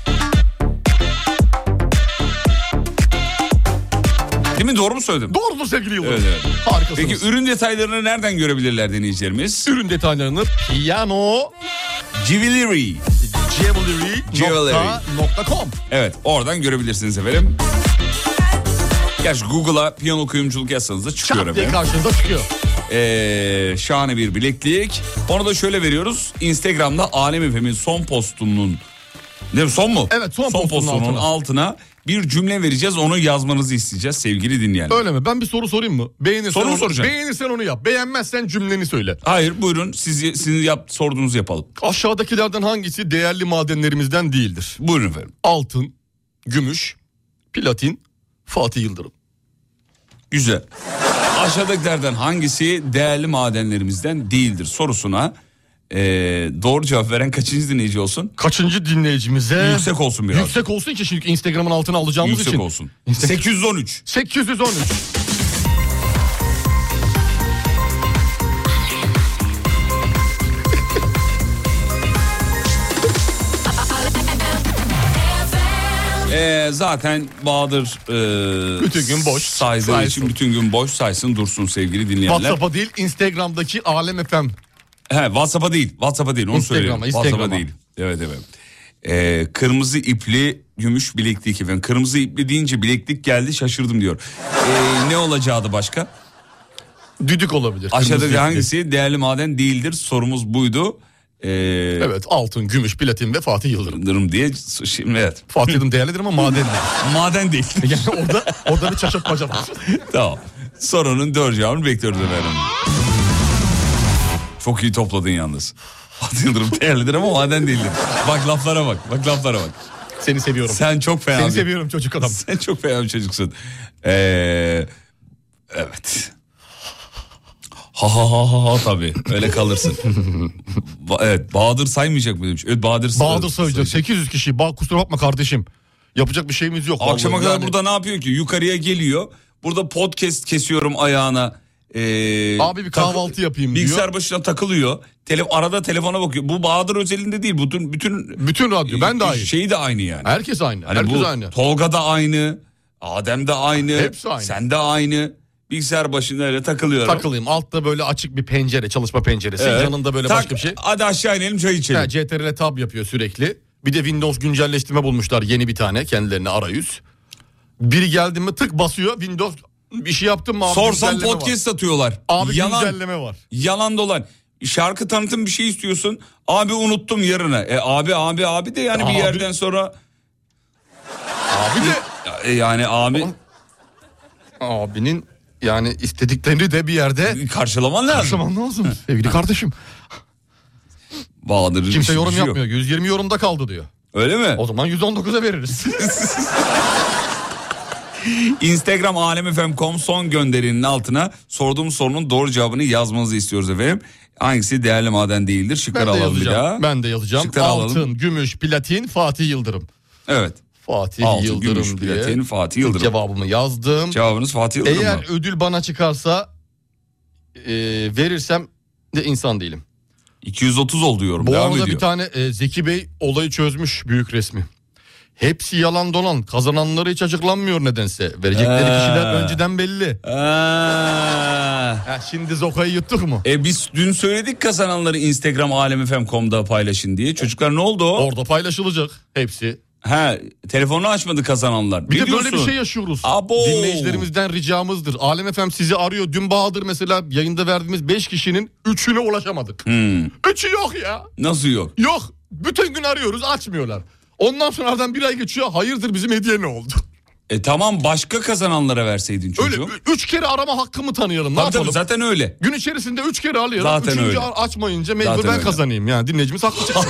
Değil mi? Doğru mu söyledim? Doğrudur sevgili Yıldırım. Evet. Harikasınız. Peki ürün detaylarını nereden görebilirler dinleyicilerimiz? Ürün detaylarını Piano Jewelry. Jewelry.com. Evet, oradan görebilirsiniz efendim. Gerçi Google'a piyano kuyumculuk yazsanız da çıkıyor Çat diye efendim. karşınıza çıkıyor. Şahane bir bileklik. Onu da şöyle veriyoruz. Instagram'da Alem FM'in son postunun... Ne son mu? Evet, son postunun altına bir cümle vereceğiz. Onu yazmanızı isteyeceğiz sevgili dinleyenler. Öyle mi? Ben bir soru sorayım mı? Soru mu soracağım? Beğenirsen onu yap. Beğenmezsen cümleni söyle. Hayır buyurun sizin sorduğunuzu yapalım. Aşağıdakilerden hangisi değerli madenlerimizden değildir? Buyurun efendim. Altın, gümüş, platin, Fatih Yıldırım. Güzel. Aşağıdakilerden hangisi değerli madenlerimizden değildir sorusuna doğru cevap veren kaçıncı dinleyici olsun? Kaçıncı dinleyicimize? Yüksek olsun biraz. Yüksek olsun ki çünkü Instagram'ın altına alacağımız Yüksek için. olsun. 813. 813. Zaten Bahadır bütün gün boş saydığı için bütün gün boş saysın dursun sevgili dinleyenler. WhatsApp'a değil Instagram'daki Alem FM. WhatsApp'a değil onu söyleyeyim. WhatsApp'a değil. Evet. Kırmızı ipli gümüş bileklik efendim. Kırmızı ipli deyince bileklik geldi şaşırdım diyor. Ne olacaktı başka? Düdük olabilir. Aşağıdaki hangisi değerli maden değildir sorumuz buydu. Evet altın, gümüş, platin ve Fatih Yıldırım. Diye şimdi evet. Fatih Yıldırım değerlidir ama maden değil. Maden değil. Yani orada bir şaşırtmaca var. Tamam. Sorunun doğru cevabını bekliyoruz efendim. Çok iyi topladın yalnız. Fatih Yıldırım değerlidir ama maden değildir. Bak laflara bak. Seni seviyorum. Sen çok fena. Seni seviyorum çocuk adam. Sen çok fena bir çocuksun. Evet. Ha tabii öyle kalırsın. Evet Bahadır saymayacak mı demiş. Evet Bahadır sayacak. 800 kişi. Kusura bakma kardeşim. Yapacak bir şeyimiz yok. Akşama kadar yani. burada ne yapıyor ki? Yukarıya geliyor. Burada podcast kesiyorum ayağına. Abi bir kahvaltı yapayım diyor. Bilgisayar başına takılıyor. Arada telefona bakıyor. Bu Bahadır özelinde değil. Bütün radyo. Ben de aynı. Şeyi de aynı yani. Herkes aynı. Hani herkes bu, aynı. Tolga da aynı. Adem de aynı. Hepsi aynı. Sen de aynı. Bilgisayar başında öyle takılıyorum. Takılayım. Altta böyle açık bir pencere, çalışma penceresi. Evet. Yanında böyle başka bir şey. Hadi aşağı inelim çay içelim. CTRL tab yapıyor sürekli. Bir de Windows güncelleştirme bulmuşlar yeni bir tane kendilerine arayüz. Biri geldi mi tık basıyor Windows bir şey yaptın mı abi? Sorsan podcast atıyorlar. Abi güncelleme var. Yalan dolan. Şarkı tanıtım bir şey istiyorsun. Abi unuttum yarına. Abi de yani abi. Bir yerden sonra. Abi de. Yani abi. Abinin yani istediklerini de bir yerde karşılaman lazım. Sevgili kardeşim. Bahadır kimse yorum yapmıyor. 120 yorumda kaldı diyor. Öyle mi? O zaman 119'a veririz. Instagram alemfm.com son gönderinin altına sorduğum sorunun doğru cevabını yazmanızı istiyoruz efendim. Hangisi değerli maden değildir? Şıkları alalım bir daha. Ben de yazacağım. Şıkları altın, alalım. Gümüş, platin, Fatih Yıldırım. Evet. Fatih altın, Yıldırım gümüş, diye. Platin, Fatih Yıldırım. Cevabımı yazdım. Cevabınız Fatih Yıldırım Eğer mı? ödül bana çıkarsa verirsem de insan değilim. 230 oldu yorum. Bu devam arada ediyor. bir tane Zeki Bey olayı çözmüş büyük resmi. Hepsi yalan dolan. Kazananları hiç açıklanmıyor nedense. Verecekleri kişiler önceden belli. Şimdi Zoka'yı yuttuk mu? Biz dün söyledik kazananları Instagram alemfm.com'da paylaşın diye. Çocuklar ne oldu o? Orada paylaşılacak hepsi. Telefonunu açmadı kazananlar. Bir de böyle bir şey yaşıyoruz. Dinleyicilerimizden ricamızdır. Alem FM sizi arıyor. Dün Bahadır mesela yayında verdiğimiz 5 kişinin 3'üne ulaşamadık. 3'ü yok ya. Nasıl yok? Yok. Bütün gün arıyoruz açmıyorlar. Ondan sonra aradan bir ay geçiyor. Hayırdır bizim hediye ne oldu? Tamam başka kazananlara verseydin çocuğum. Öyle 3 kere arama hakkımı tanıyalım. Ne Tabii, yapalım? zaten öyle. Gün içerisinde 3 kere alıyorum. Zaten 3. öyle. açmayınca mecbur Zaten ben öyle. kazanayım. Yani dinleyicimiz haklı çıksın.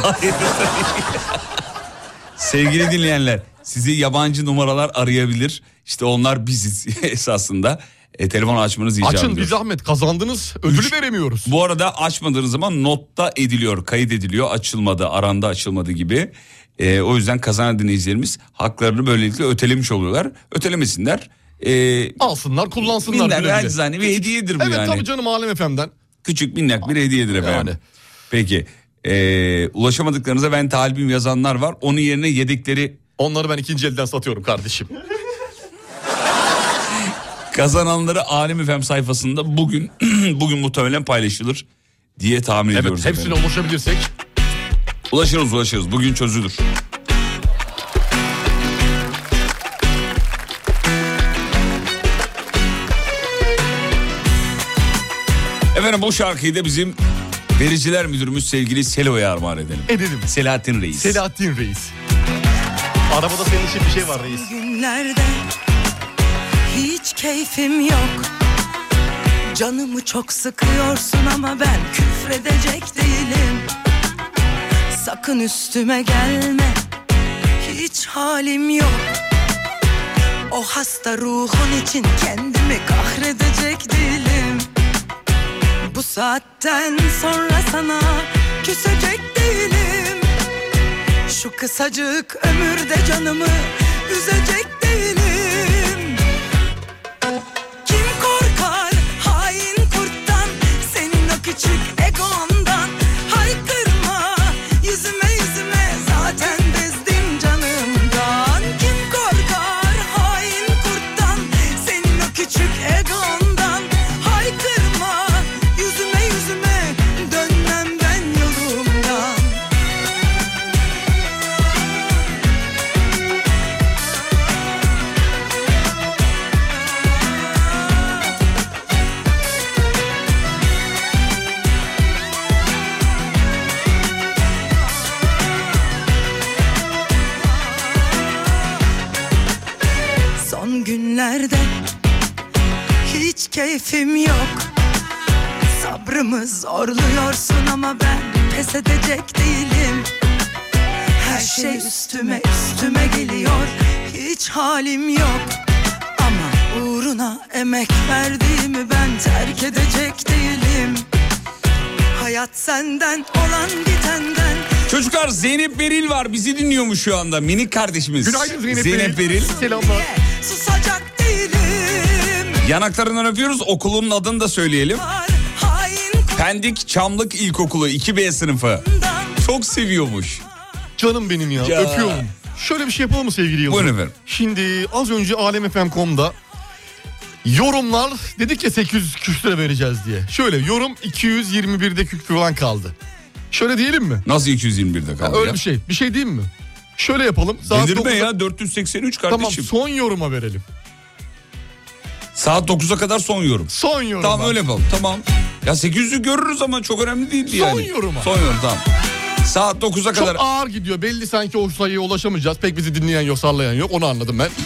Sevgili dinleyenler, sizi yabancı numaralar arayabilir. İşte onlar biziz esasında. Telefon açmanız icap ediyor. Açın bir zahmet, kazandınız, ödülü veremiyoruz. Bu arada açmadığınız zaman notta ediliyor, kayıt ediliyor. Açılmadı, aranda açılmadı gibi. O yüzden kazanan dinleyicilerimiz haklarını böylelikle ötelemiş oluyorlar. Ötelemesinler. Alsınlar, kullansınlar. Minnak güle güle. acizane bir hediyedir bu Evet, yani. tabii canım, Alem FM'den. Küçük minnak bir hediyedir efendim. Yani. Peki ulaşamadıklarınıza ben talibim yazanlar var. Onun yerine yedekleri... Onları ben ikinci elden satıyorum kardeşim. Kazananları Alem FM sayfasında bugün muhtemelen paylaşılır diye tahmin ediyoruz. Evet, hepsine ulaşabilirsek. Ulaşırız. Bugün çözülür. Efendim bu şarkıyı da bizim vericiler müdürümüz sevgili Selo'ya armağan edelim. Edelim. Selahattin Reis. Selahattin Reis. Arabada senin için bir şey var reis. Günlerde hiç keyfim yok. Canımı çok sıkıyorsun ama ben küfredecek değilim. Sakın üstüme gelme, hiç halim yok. O hasta ruhun için kendimi kahredecek değilim. Bu saatten sonra sana küsecek değilim. Şu kısacık ömürde canımı üzecek değilim. Kim korkar hain kurttan, senin o küçük egondan. Haykırma yüzüme zaten bezdim canımdan. Kim korkar hain kurttan, senin o küçük egondan. Haykırma yüzüme dönmem ben yolumdan. Son günlerde hiç keyfim yok. Sabrımı zorluyorsun ama ben pes edecek değilim. Her şey üstüme geliyor, hiç halim yok. Ama uğruna emek verdiğimi ben terk edecek değilim. Hayat senden olan bitenden. Çocuklar Zeynep Beril var, bizi dinliyormuş şu anda, minik kardeşimiz. Günaydın Zeynep Beril. Selamlar. Susacak değilim. Yanaklarından öpüyoruz, okulun adını da söyleyelim. Pendik Çamlık İlkokulu 2B sınıfı. Çok seviyormuş. Canım benim ya, öpüyorum. Şöyle bir şey yapalım mı sevgili Yıldırım? Buyurun efendim. Şimdi az önce alemfm.com'da yorumlar dedik ya 800 küsüre vereceğiz diye. Şöyle yorum 221'de küp falan kaldı. Şöyle diyelim mi? Nasıl 221'de kaldı Öyle ya? bir şey. Bir şey diyeyim mi? Şöyle yapalım. Saat Delirme 9'da... ya, 483 kardeşim. Tamam, son yoruma verelim. Saat 9'a kadar son yorum. Son yorum. Tamam öyle yapalım, tamam. Ya 800'ü görürüz ama çok önemli değil yani. Son yoruma. Son yorum, tamam. Saat 9'a Çok kadar. ağır gidiyor. Belli sanki o sayıya ulaşamayacağız. Pek bizi dinleyen yok, sallayan yok. Onu anladım ben.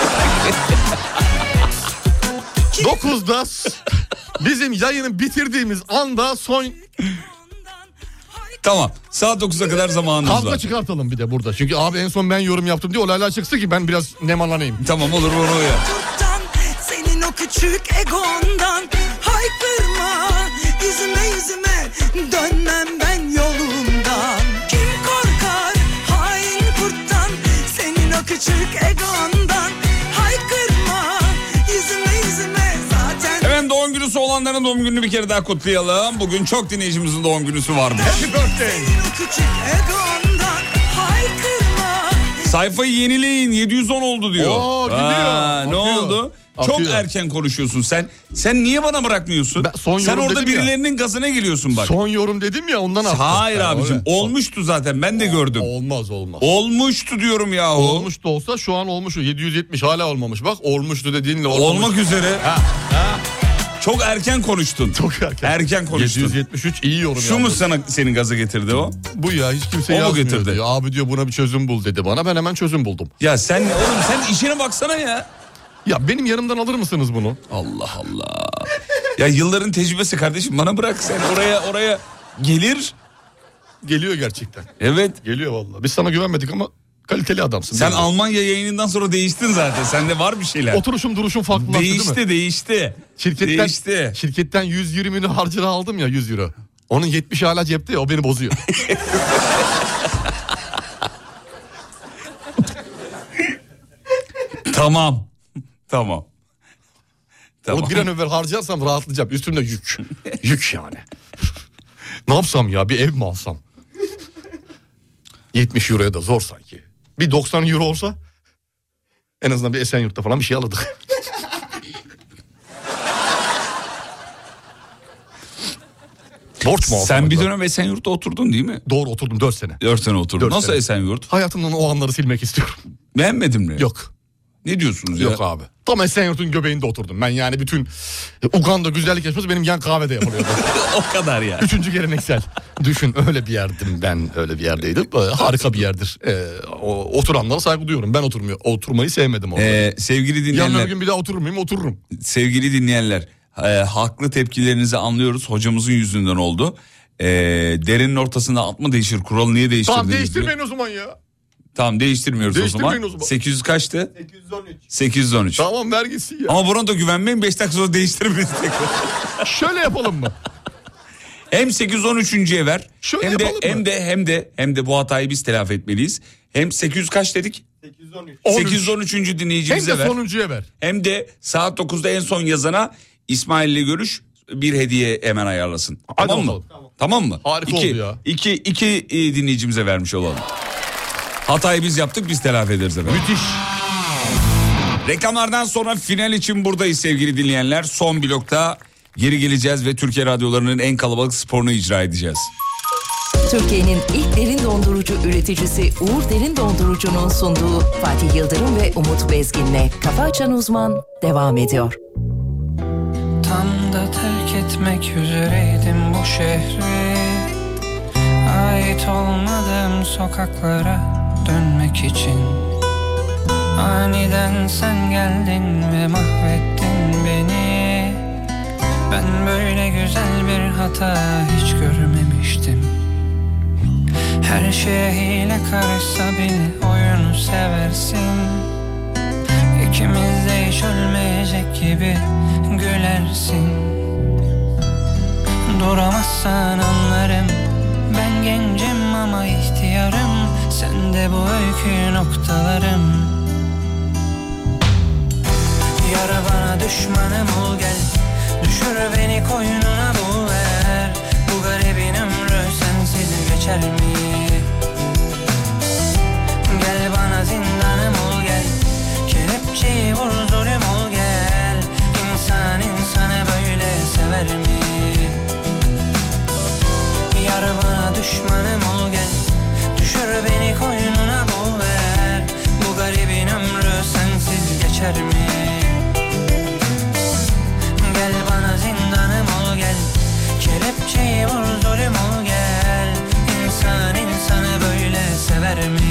9'da bizim yayını bitirdiğimiz anda son... Tamam, saat 9'a kadar zamanımız var. Kavga çıkartalım bir de burada. Çünkü abi en son ben yorum yaptım diye olaylar çıksın ki ben biraz nemalanayım. Tamam, olur onu ya. Senin o küçük egondan. Haykırma yüzüme dönmem ben yolumdan. Kim korkar hain kurttan, senin o küçük egondan. Haykırma yüzüme zaten. Hemen doğum günüsü olanların doğum gününü bir kere daha kutlayalım. Bugün çok dinleyicimizin doğum günüsü varmış. Happy birthday. Senin o küçük egondan. Haykırma. Sayfayı yenileyin, 710 oldu diyor. Oo, gidiyor. Ne Akıyor. oldu? Çok Akıyor. erken konuşuyorsun sen. Sen niye bana bırakmıyorsun? son Sen yorum orada dedim ya. birilerinin gazına geliyorsun bak. Son yorum dedim ya, ondan attım. Hayır Ha, abicim, öyle. olmuştu zaten, ben de gördüm. Olmaz. Olmuştu diyorum yahu. Olmuş da olsa şu an olmuş. 770 hala olmamış. Bak olmuştu dediğinle olmamış. Olmak üzere. Çok erken konuştun. Çok erken. Erken konuştun. 773 iyi yorum. Şu mu senin gaza getirdi o? Bu ya, hiç kimse o mu yazmıyor getirdi? diyor. Abi diyor buna bir çözüm bul dedi bana. Ben hemen çözüm buldum. Ya sen oğlum sen işine baksana ya. Ya benim yanımdan alır mısınız bunu? Allah Allah. Ya yılların tecrübesi kardeşim, bana bırak, sen oraya gelir. Geliyor gerçekten. Evet. Geliyor vallahi. Biz sana güvenmedik ama kaliteli adamsın. Sen Almanya yayınından sonra değiştin zaten. Sende var bir şeyler. Oturuşum duruşum farklılaştı değil mi? Değişti. Şirketten 120'ni harcına aldım ya, 100 euro. Onun 70 hala cepte ya, o beni bozuyor. Tamam. Onu bir an evvel harcarsam rahatlayacağım. Üstümde yük. Yük yani. Ne yapsam ya, bir ev mi alsam? 70 euroya da zor sanki. Bir 90 euro olsa en azından bir Esenyurt'ta falan bir şey alırdık. Borç mu aldın? Sen bir dönem Esenyurt'ta oturdun değil mi? Doğru, oturdum 4 sene. 4 sene oturdun. 4 Nasıl sene. Esenyurt? Hayatımdan o anları silmek istiyorum. Beğenmedin mi? Yok. Ne diyorsunuz ya? Yok abi. Tam Esenyurt'un göbeğinde oturdum. Ben yani bütün Uganda güzellik yarışması benim yan kahvede yapılıyordu. O kadar ya. 3. geleneksel. Düşün, öyle bir yerdim ben, öyle bir yerdeydim. Harika bir yerdir. Oturanlara saygı duyuyorum. Ben oturmayı sevmedim orada. Sevgili dinleyenler. Yarın öbür gün bir daha oturur muyum? Otururum. Sevgili dinleyenler, haklı tepkilerinizi anlıyoruz. Hocamızın yüzünden oldu. Derinin ortasında at mı değişir? Kuralı niye değiştirdiniz? Tamam, değiştirmeyin o zaman ya. Tamam, değiştirmiyoruz o zaman. 800 kaçtı? 813. Tamam, ver gitsin ya. Ama buna da güvenmeyin, 5 dakika sonra değiştirmeyiz tekrar. Şöyle yapalım mı? Hem 813'üncüye ver. Şöyle hem de hem de bu hatayı biz telafi etmeliyiz. Hem 800 kaç dedik? 813. dinleyicimize ver. Hem de sonuncuya ver. Hem de saat 9'da en son yazana İsmail ile görüş, bir hediye hemen ayarlasın. Hadi tamam bakalım. mı? Tamam mı? Harika oldu ya. İki dinleyicimize vermiş olalım. Hatayı biz yaptık, biz telafi ederiz efendim. Müthiş. Reklamlardan sonra final için buradayız sevgili dinleyenler. Son blokta geri geleceğiz ve Türkiye radyolarının en kalabalık sporunu icra edeceğiz. Türkiye'nin ilk derin dondurucu üreticisi Uğur Derin Dondurucu'nun sunduğu Fatih Yıldırım ve Umut Bezgin'le Kafa Açan Uzman devam ediyor. Tam da terk etmek üzereydim bu şehri, ait olmadığım sokaklara dönmek için. Aniden sen geldin ve mahvettin beni. Ben böyle güzel bir hata hiç görmemiştim. Her şeye hile karışsa beni, oyunu seversin. İkimiz de hiç ölmeyecek gibi gülersin. Duramazsan anlarım, ben gencim ama ihtiyarım. Sen de bu öykü noktalarım. Yar bana düşmanım ol gel, düşür beni koynuna bul ver. Bu garibin ömrü sensiz geçer mi? Gel bana zindanım ol gel, kelepçeyi vur zulüm ol gel. İnsan insanı böyle sever mi? Yar bana düşmanım ol gel, düşür beni koynuna bul ver. Bu garibin ömrü sensiz geçer mi? Gel bana zindanım ol gel, kelepçeyi vur zulüm ol gel. İnsan insanı böyle sever mi?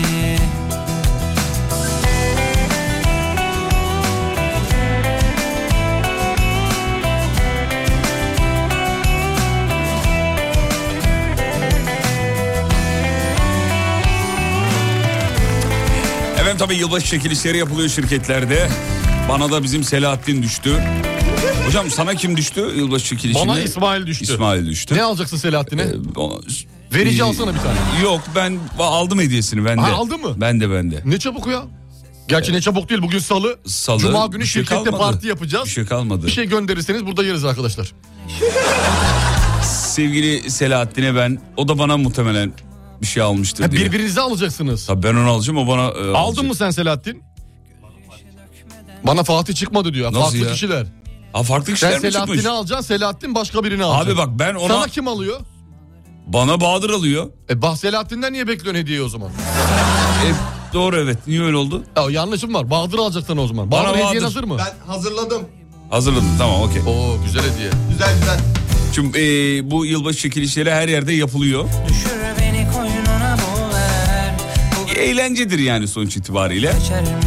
Efendim tabii yılbaşı çekilişleri yapılıyor şirketlerde. Bana da bizim Selahattin düştü. Hocam sana kim düştü yılbaşı çekilişinde? Bana İsmail düştü. İsmail düştü. Ne alacaksın Selahattin'e? Verici alsana bir tane. Yok, ben aldım hediyesini ben de. Aldın mı? Ben de. Ne çabuk ya. Gerçi ne çabuk değil, bugün salı. Cuma günü şirkette parti yapacağız. Bir şey kalmadı. Bir şey gönderirseniz burada yeriz arkadaşlar. Sevgili Selahattin'e o da bana muhtemelen bir şey almıştır diye. Birbirinize alacaksınız. Tabii ben onu alacağım, o bana Aldın alacak. mı sen Selahattin? Bana Fatih çıkmadı diyor. Nasıl farklı ya? Kişiler. Farklı kişiler sen mi çıkmış? Sen Selahattin'i alacaksın, Selahattin başka birini alacak. Abi bak ben ona... Sana kim alıyor? Bana Bahadır alıyor. Selahattin'den niye bekliyorsun hediyeyi o zaman? Doğru, evet. Niye öyle oldu? Yanlışım var. Bahadır alacaksın o zaman. Bahadır hediyen hazır mı? Ben hazırladım. Hazırladım, tamam, okey. Oo, güzel hediye. Güzel. Çünkü bu yılbaşı çekilişleri her yerde yapılıyor. Düşür beni koynuna boğar. Eğlencedir yani sonuç itibariyle. Geçer mi?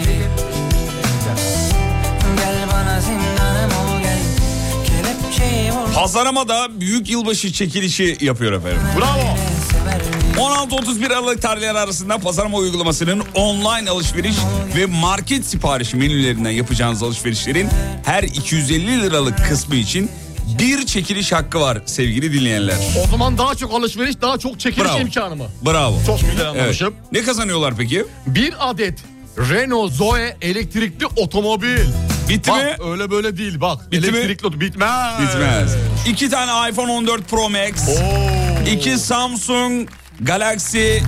Gel bana zindanım ol gel. Kelepçeyi vur. Pazarama'da büyük yılbaşı çekilişi yapıyor efendim. Bravo. 16-31 Aralık tarihleri arasında Pazarama uygulamasının online alışveriş ve market siparişi menülerinden yapacağınız alışverişlerin her 250 liralık kısmı için bir çekiliş hakkı var sevgili dinleyenler. O zaman daha çok alışveriş, daha çok çekiliş Bravo. imkanı mı? Bravo. Çok güzel anlamışım. Evet. Ne kazanıyorlar peki? Bir adet Renault Zoe elektrikli otomobil. Bitti bak, mi? Öyle böyle değil bak. Bitti elektrikli mi? Bitmez. Bitmez. 2 tane iPhone 14 Pro Max. 2 Samsung Galaxy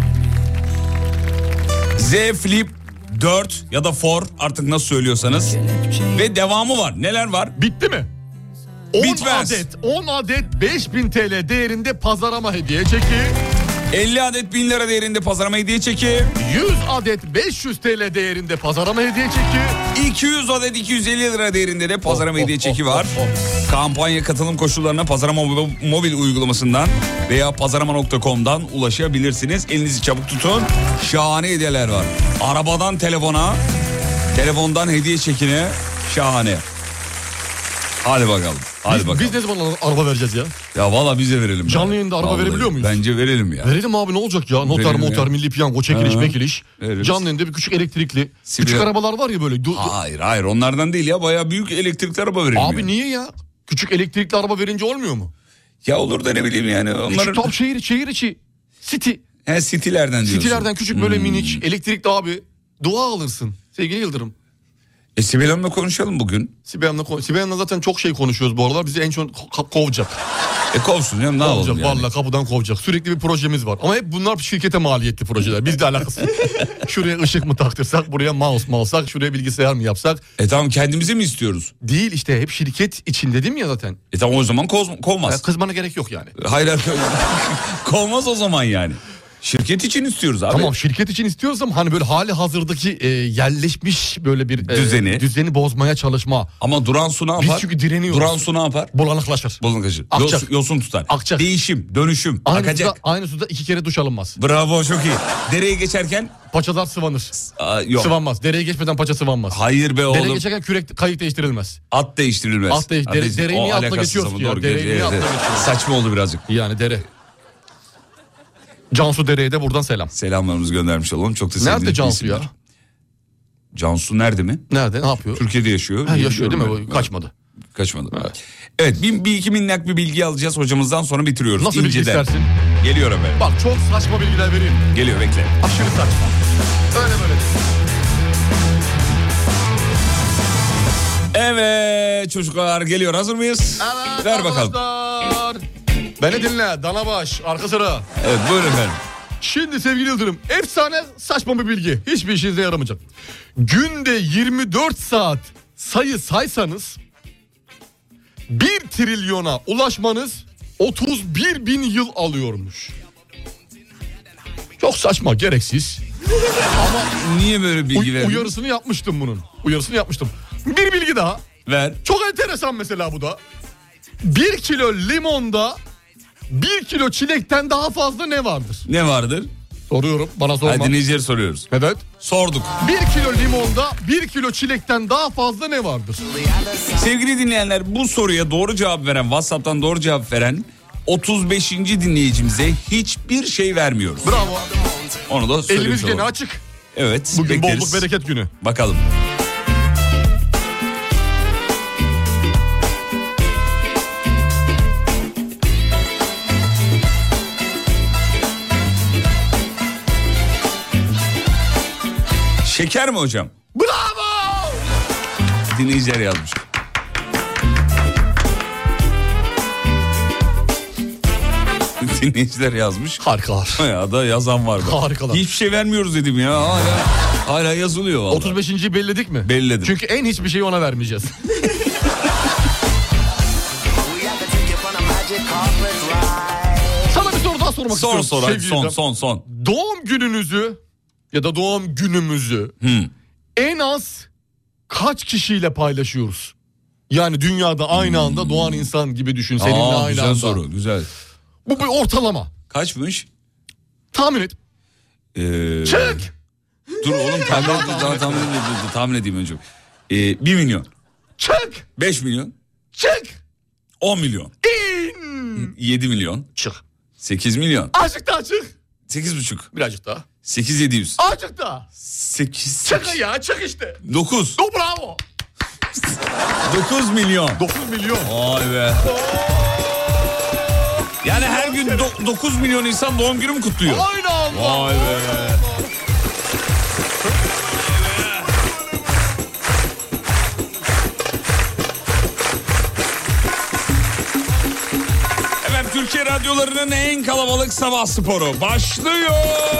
Z Flip 4 ya da 4 artık nasıl söylüyorsanız. Ve devamı var. Neler var? Bitti mi? 10 Bitmez. 10 adet 5000 TL değerinde Pazarama hediye çeki. 50 adet 1000 lira değerinde Pazarama hediye çeki. 100 adet 500 TL değerinde Pazarama hediye çeki. 200 adet 250 lira değerinde de Pazarama hediye çeki var. Kampanya katılım koşullarına Pazarama mobil uygulamasından veya pazarama.com'dan ulaşabilirsiniz. Elinizi çabuk tutun. Şahane hediyeler var. Arabadan telefona, telefondan hediye çekine şahane. Hadi bakalım. Hadi bakalım. Biz ne zaman araba vereceğiz ya? Ya valla bize verelim. Canlı yayında araba verebiliyor muyuz? Bence verelim ya. Verelim abi, ne olacak ya? Noter, Verelim motor, ya. milli piyango, çekiliş, Ha, mekiliş. veririz. Canlı yayında bir küçük elektrikli. Sibel- Küçük arabalar var ya böyle. Hayır onlardan değil ya. Bayağı büyük elektrikli araba verelim. Abi ya. niye ya? Küçük elektrikli araba verince olmuyor mu? Ya olur da ne bileyim yani. Onların... Küçük top şehir içi. City. He, city'lerden diyorsun. City'lerden küçük böyle minik elektrikli abi. Dua alırsın sevgili Yıldırım. Sibel Hanım'la konuşalım bugün. Sibel Hanım'la zaten çok şey konuşuyoruz bu aralar. Bizi en çok kovacak. Kovsun canım, ne Kovacak yapalım yani. vallahi, kapıdan kovacak. Sürekli bir projemiz var. Ama hep bunlar şirkete maliyetli projeler. Bizle alakası. Şuraya ışık mı taktırsak, buraya mouse mu alsak, şuraya bilgisayar mı yapsak. Tamam, kendimize mi istiyoruz? Değil işte, hep şirket için dedim ya zaten. Tamam o zaman kovmaz. Kızmana gerek yok yani. Hayır kovmaz o zaman yani. Şirket için istiyoruz abi. Tamam, şirket için istiyoruz ama hani böyle hali hazırdaki yerleşmiş böyle bir düzeni bozmaya çalışma. Ama duran su ne yapar? Biz çünkü direniyoruz. Duran su ne yapar? Bulanıklaşır. Akacak. Yosun tutar. Akacak. Değişim, dönüşüm, akacak. Aynı suda 2 kere duş alınmaz. Bravo, çok iyi. Dereye geçerken? Paçalar sıvanır. Yok. Sıvanmaz. Dereye geçmeden paça sıvanmaz. Hayır be oğlum. Dereye geçerken kayık değiştirilmez. At değiştirilmez. Dereyi niye atla geçiyoruz ki ya? Dereyi niye atla geçiyoruz? Saçma oldu birazcık. Yani dere. Cansu Dere'ye de buradan selam. Selamlarımızı göndermiş olalım. Çok da Nerede Cansu ya? Cansu nerede mi? Nerede? Ne yapıyor? Türkiye'de yaşıyor. Yaşıyor değil mi? Kaçmadı. Evet, bir iki minnak bir bilgi alacağız hocamızdan, sonra bitiriyoruz. Nasıl bilgi istersin? Geliyor efendim. Bak çok saçma bilgiler vereyim. Geliyor, bekle. Aşırı saçma. Öyle böyle. Evet çocuklar, geliyor, hazır mıyız? Evet, ver bakalım. Beni dinle Danabaş, arka sıra. Evet, buyurun efendim. Şimdi sevgili Yıldırım, efsane saçma bir bilgi. Hiçbir işinize yaramayacak. Günde 24 saat sayı saysanız 1 trilyona ulaşmanız 31 bin yıl alıyormuş. Çok saçma, gereksiz. Ama niye böyle bilgi verdin? Uyarısını yapmıştım bunun. Uyarısını yapmıştım. Bir bilgi daha. Ver. Çok enteresan mesela bu da. 1 kilo limonda 1 kilo çilekten daha fazla ne vardır? Ne vardır? Soruyorum, bana sorma. Hadi dinleyicileri soruyoruz. Evet. Sorduk. 1 kilo limonda 1 kilo çilekten daha fazla ne vardır? Sevgili dinleyenler, bu soruya doğru cevap veren, WhatsApp'tan doğru cevap veren 35. dinleyicimize hiçbir şey vermiyoruz. Bravo. Onu da söylemiş Elimiz gene olalım. açık. Evet. Bugün bekleriz. bolluk bereket günü. Bakalım. Şeker mi hocam? Bravo! Dinleyiciler yazmış. Dinleyiciler yazmış. Harikalar. Ya da yazan var bak. Harikalar. Hiçbir şey vermiyoruz dedim ya. Hala yazılıyor vallahi. 35.yi belirledik mi? Belirledim. Çünkü en hiçbir şeyi ona vermeyeceğiz. Sana bir soru daha sormak istiyorum. Son. Doğum gününüzü ya da doğum günümüzü en az kaç kişiyle paylaşıyoruz? Yani dünyada aynı anda doğan insan gibi düşün. Seninle aynı güzel anda. soru, güzel. Bu bir ortalama. Kaçmış? Tahmin et. Çık! Dur oğlum tahmin edeyim önce. 1 milyon. Çık! 5 milyon. Çık! 10 milyon. 7 milyon. Çık. 8 milyon. Azıcık daha çık. 8,5. Birazcık daha. 8,700. Azıcık daha. 8. Çık ya, çık işte. 9. Bravo. 9 milyon. 9 milyon. Vay be. Yani her gün 9 milyon insan doğum günü mü kutluyor? Aynı anda. Vay be. Efendim Türkiye radyolarının en kalabalık sabah sporu başlıyor.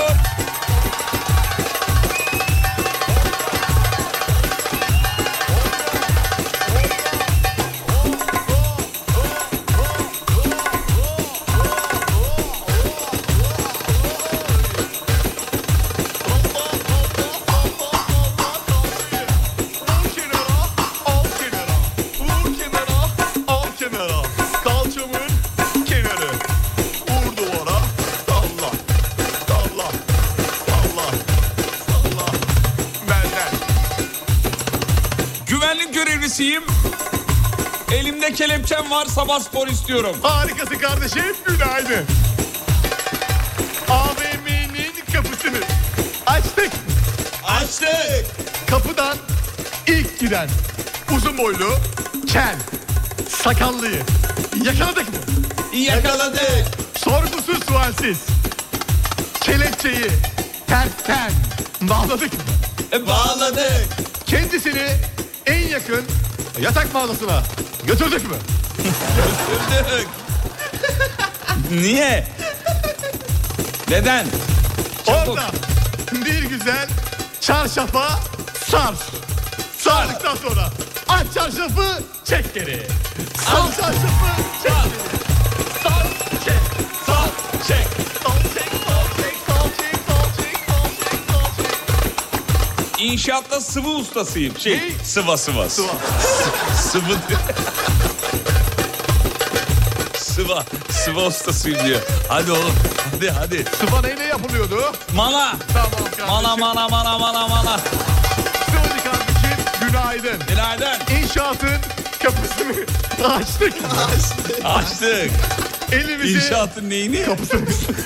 Elimde kelepçem var, sabah spor istiyorum. Harikasın kardeşim, günaydın. AVM'nin kapısını açtık. Açtık. Kapıdan ilk giren uzun boylu, kel, sakallıyı yakaladık mı? Yakaladık. Sorgusuz sualsiz kelepçeyi tersten bağladık mı? Bağladık. Kendisini en yakın yatak mağazasına götürdük mü? Götürdük. Niye? Neden? Orada bir güzel çarşafa sar. Sardıktan sonra aç çarşafı, çek geri. Sal çarşafı, çek geri. Sal, çek, sal, çek. Sal, çek, sal, çek, sal, çek, sal, çek, sal, çek, sal, çek. İnşaatta sıvı ustasıyım. Ne? Sıva. Sıvı. Sıva ustasıyım diyor. Hadi oğlum. Hadi. Sıva neyle yapılıyordu? Mana. Tamam kardeşim. Mana. Sıvı kardeşim, günaydın. Günaydın. İnşaatın kapısını açtık. Elimizi... İnşaatın neyini? Kapısını.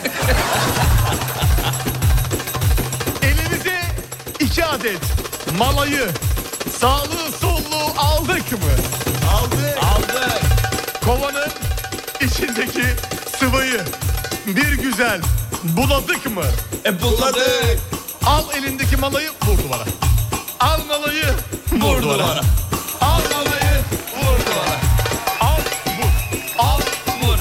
Elimize 2 adet malayı sağlı sollu aldık mı? Aldık. Kovanın içindeki sıvıyı bir güzel buladık mı? Buladık. Al elindeki malayı, vur duvara. Al malayı, vur duvara. Al malayı, vur duvara. Al, vur. Al, vur.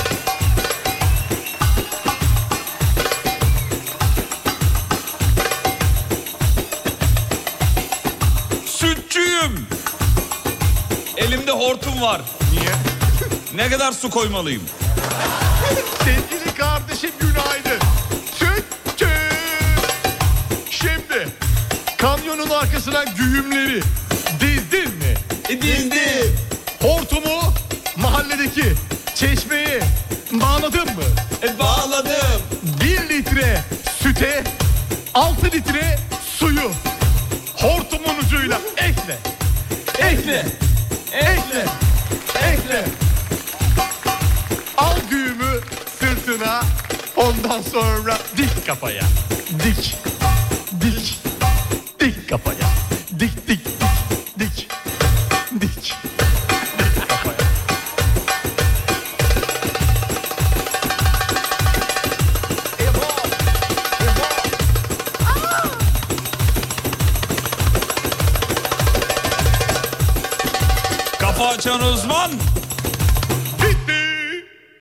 Sütçüyüm. Elimde hortum var. Niye? Ne kadar su koymalıyım? Sevgili kardeşim, günaydın. Sütçü. Şimdi kamyonun arkasına güğümleri dizdin mi? Dizdim. Hortumu mahalledeki çeşmeye bağladın mı? Bağladım. 1 litre süte 6 litre suyu hortumun ucuyla ekle. Al güğümü sırtına, ondan sonra dik kafaya. Dik kafaya. Dik kafaya. Kafa açan uzman